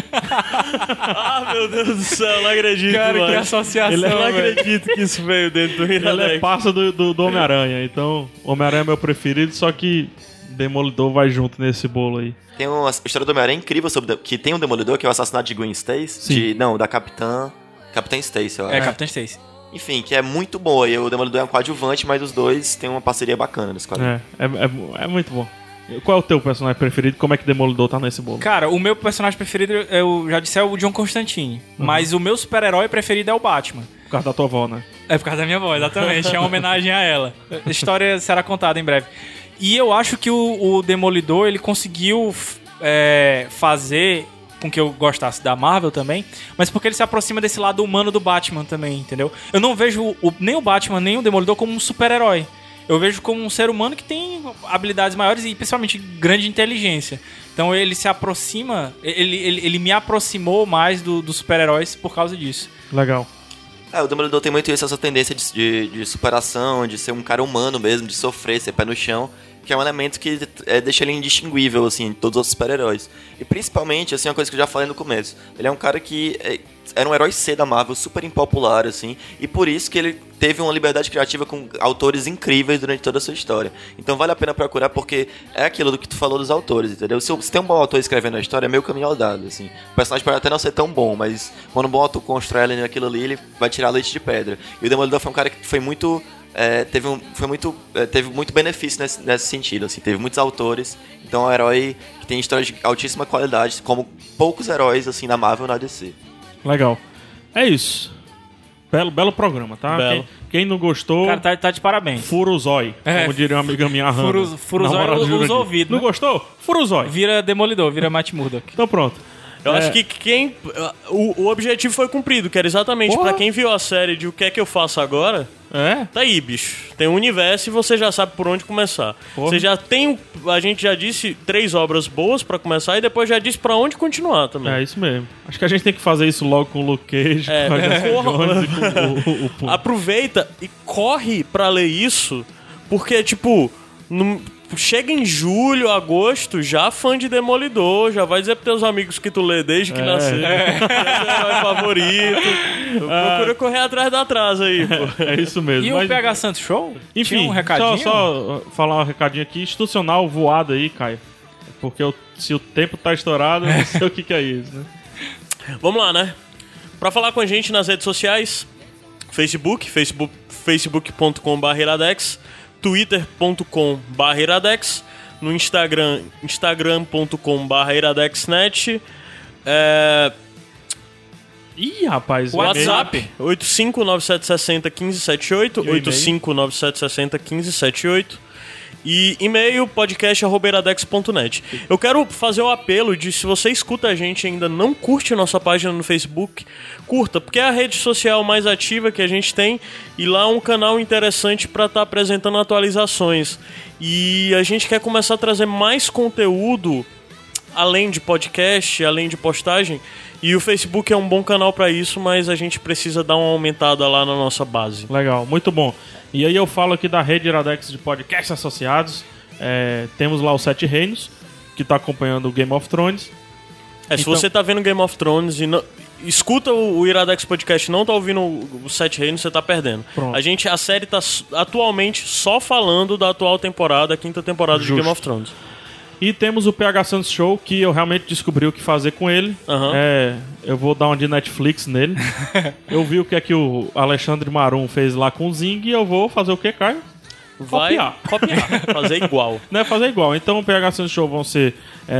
Ah, meu Deus do céu, não acredito, Cara, mano. que associação, Eu não velho. acredito que isso veio dentro do Ele é Iradex. parça do Homem-Aranha, então Homem-Aranha é meu preferido, só que Demolidor vai junto nesse bolo aí. Tem uma história do Homem-Aranha incrível que tem um Demolidor, que é o assassinato de Gwen Stacy. Da Capitã Stacy, eu acho. Capitão Stacy. Enfim, que é muito boa. E o Demolidor é um coadjuvante, mas os dois têm uma parceria bacana nesse quadrinho. É muito bom. Qual é o teu personagem preferido? Como é que Demolidor tá nesse bolo? Cara, o meu personagem preferido, eu já disse, é o John Constantine. Mas o meu super-herói preferido é o Batman. Por causa da tua avó, né? É por causa da minha avó, exatamente. É uma homenagem a ela. A história será contada em breve. E eu acho que o Demolidor, ele conseguiu fazer com que eu gostasse da Marvel também, mas porque ele se aproxima desse lado humano do Batman também, entendeu? Eu não vejo nem o Batman, nem o Demolidor como um super-herói. Eu vejo como um ser humano que tem habilidades maiores e principalmente grande inteligência. Então ele se aproxima, ele me aproximou mais dos super-heróis por causa disso. Legal. O Demolidor tem muito isso, essa tendência de superação, de ser um cara humano mesmo, de sofrer, ser pé no chão, que é um elemento que deixa ele indistinguível, assim, de todos os outros super-heróis. E principalmente, assim, uma coisa que eu já falei no começo, ele é um cara que era um herói C da Marvel, super impopular, assim, e por isso que ele teve uma liberdade criativa com autores incríveis durante toda a sua história. Então vale a pena procurar, porque é aquilo do que tu falou dos autores, entendeu? Se tem um bom autor escrevendo a história, é meio caminho andado, assim. O personagem pode até não ser tão bom, mas quando um bom autor constrói ele naquilo ali, ele vai tirar leite de pedra. E o Demolidor foi um cara que foi muito... teve muito benefício nesse sentido, assim, teve muitos autores, então é um herói que tem histórias de altíssima qualidade, como poucos heróis assim na Marvel e na DC. Legal. É isso. Belo programa, tá? Belo. Quem não gostou, Cara, tá de parabéns. fura o zói, como diria uma amiga minha, Hannah. Fura o zóio, namorada de os Jurandir. ouvidos, Não né? gostou? Fura o zói. Vira Demolidor, vira Matt Murdock. Então pronto. Eu acho que o objetivo foi cumprido, que era exatamente Porra. pra quem viu a série de O Que É Que Eu Faço Agora. Tá aí, bicho. Tem um universo e você já sabe por onde começar. Porra. Você já tem, a gente já disse 3 obras boas pra começar e depois já disse pra onde continuar também. É isso mesmo. Acho que a gente tem que fazer isso logo com o Luke Cage, com a Jessica Corra. Jones e com o Pum. Aproveita e corre pra ler isso, porque, tipo, chega em julho, agosto, já fã de Demolidor, já vai dizer pros teus amigos que tu lê desde que nasceu. É teu herói favorito. Procura correr atrás da atrás aí, pô. É isso mesmo. E Mas, o PH Santos Show? enfim, Tinha um recadinho? só falar um recadinho aqui, institucional voado aí, Caio. Porque se o tempo tá estourado, eu não sei o que é isso, né? Vamos lá, né? Pra falar com a gente nas redes sociais, facebook.com/iradex, twitter.com/iradex, no Instagram, instagram.com/iradexnet, Ih, rapaz. WhatsApp 8597601578, E o e-mail? 8597601578 e e-mail podcast@iradex.net. Eu quero fazer o apelo de, se você escuta a gente e ainda não curte a nossa página no Facebook, curta, porque é a rede social mais ativa que a gente tem e lá é um canal interessante para estar apresentando atualizações. E a gente quer começar a trazer mais conteúdo além de podcast, além de postagem. E o Facebook é um bom canal pra isso, mas a gente precisa dar uma aumentada lá na nossa base. Legal, muito bom. E aí eu falo aqui da rede Iradex de podcasts associados. Temos lá o Sete Reinos, que tá acompanhando o Game of Thrones. Se Então- você tá vendo Game of Thrones e escuta o Iradex Podcast e não tá ouvindo o Sete Reinos, você tá perdendo. Pronto. A série tá atualmente só falando da atual temporada, a quinta temporada de Justo. Game of Thrones. E temos o PH Santos Show, que eu realmente descobri o que fazer com ele. Aham. Eu vou dar uma de Netflix nele. Eu vi o que é que o Alexandre Marum fez lá com o Zing e eu vou fazer o que, Caio? Copiar. Fazer igual. Não é fazer igual. Então o PH Santos Show vão ser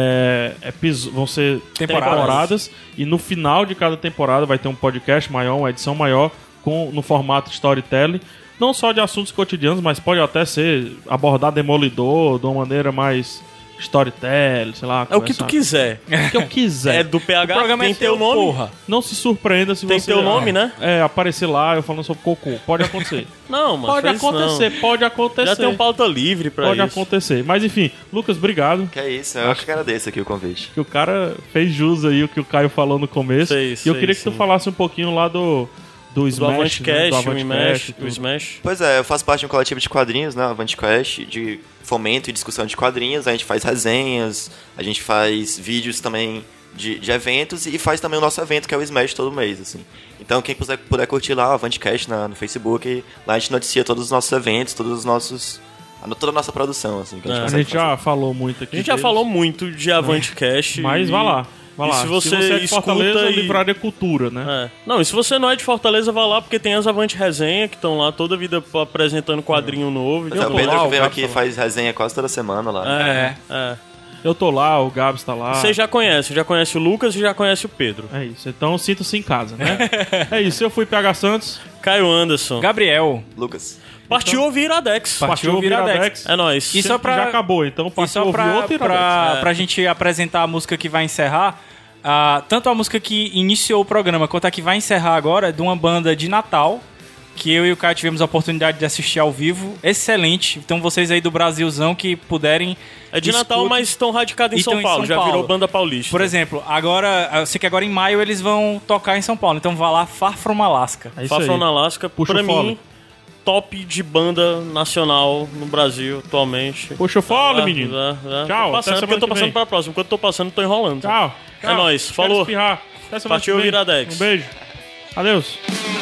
temporadas. E no final de cada temporada vai ter um podcast maior, uma edição maior, no formato storytelling. Não só de assuntos cotidianos, mas pode até ser abordar Demolidor de uma maneira mais storytelling, sei lá. É o que tu quiser. O que eu quiser. É do PH, O programa tem é teu teu, nome. porra. Não se surpreenda se Tem você... teu nome, né? Aparecer lá eu falando sobre cocô. Pode acontecer. Não, mano. Pode faz isso acontecer, não. pode acontecer. Já tem um pauta livre pra Pode isso. acontecer. Mas enfim, Lucas, obrigado. Que é isso, eu acho que agradeço aqui o convite. Que o cara fez jus aí o que o Caio falou no começo. Fez, e eu fez, queria que tu sim. falasse um pouquinho lá do Do Smash, Avantcast, né? o Smash, o Smash. Pois é, eu faço parte de um coletivo de quadrinhos, né, Avantcast, de fomento e discussão de quadrinhos. A gente faz resenhas, a gente faz vídeos também de eventos e faz também o nosso evento, que é o Smash, todo mês, assim. Então quem puder curtir lá o Avantcast no Facebook, lá a gente noticia todos os nossos eventos, toda a nossa produção, assim, que a gente A consegue gente já falou muito aqui. A gente já deles, falou muito de Avantcast. Mas vá lá. Vai E lá. se você é de Fortaleza, escuta e- Livraria Cultura, né? É. Não, e se você não é de Fortaleza, vá lá, porque tem as Avante Resenha, que estão lá toda a vida apresentando quadrinho novo. Pois é, Eu o tô Pedro lá, que veio Gabs aqui tá lá. faz resenha quase toda semana lá. É. Eu tô lá, o Gabs tá lá. Você já conhece o Lucas e já conhece o Pedro. É isso. Então sinta-se em casa, né? É isso. Eu fui PH Santos. Caio Anderson. Gabriel. Lucas. Partiu ouvir Iradex. Partiu ouvir Iradex. É nóis. E só pra- Já acabou, então E partiu só ouvir pra, outro Iradex. pra gente apresentar a música que vai encerrar, tanto a música que iniciou o programa quanto a que vai encerrar agora é de uma banda de Natal, que eu e o Caio tivemos a oportunidade de assistir ao vivo. Excelente. Então vocês aí do Brasilzão que puderem... É de Natal, escutem. mas estão radicados em E São tão em Paulo. São Já virou Paulo. banda paulista. Por exemplo, agora, eu sei que agora em maio eles vão tocar em São Paulo, então vá lá, Far From Alaska. É isso Far aí. From Alaska, Puxa pra o fole. mim, top de banda nacional no Brasil atualmente. Puxa o fole, menino. Tchau, Tô até passando, semana porque eu tô que passando vem. pra próxima. Enquanto eu tô passando, tô enrolando. Tchau. É nóis. Quero Falou. espirrar. Até semana Partiu que vem. Iradex. Um beijo. Adeus.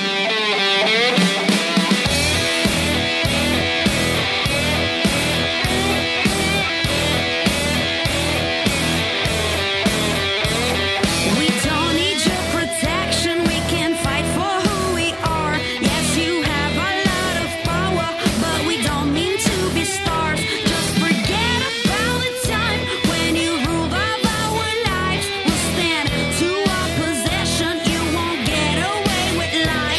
We don't need your protection, we can fight for who we are. Yes, you have a lot of power, but we don't mean to be stars. Just forget about the time when you ruled all our lives. We'll stand to our possession, you won't get away with lies.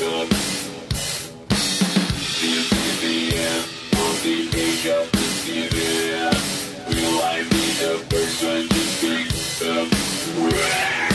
Will I be the person to speak up?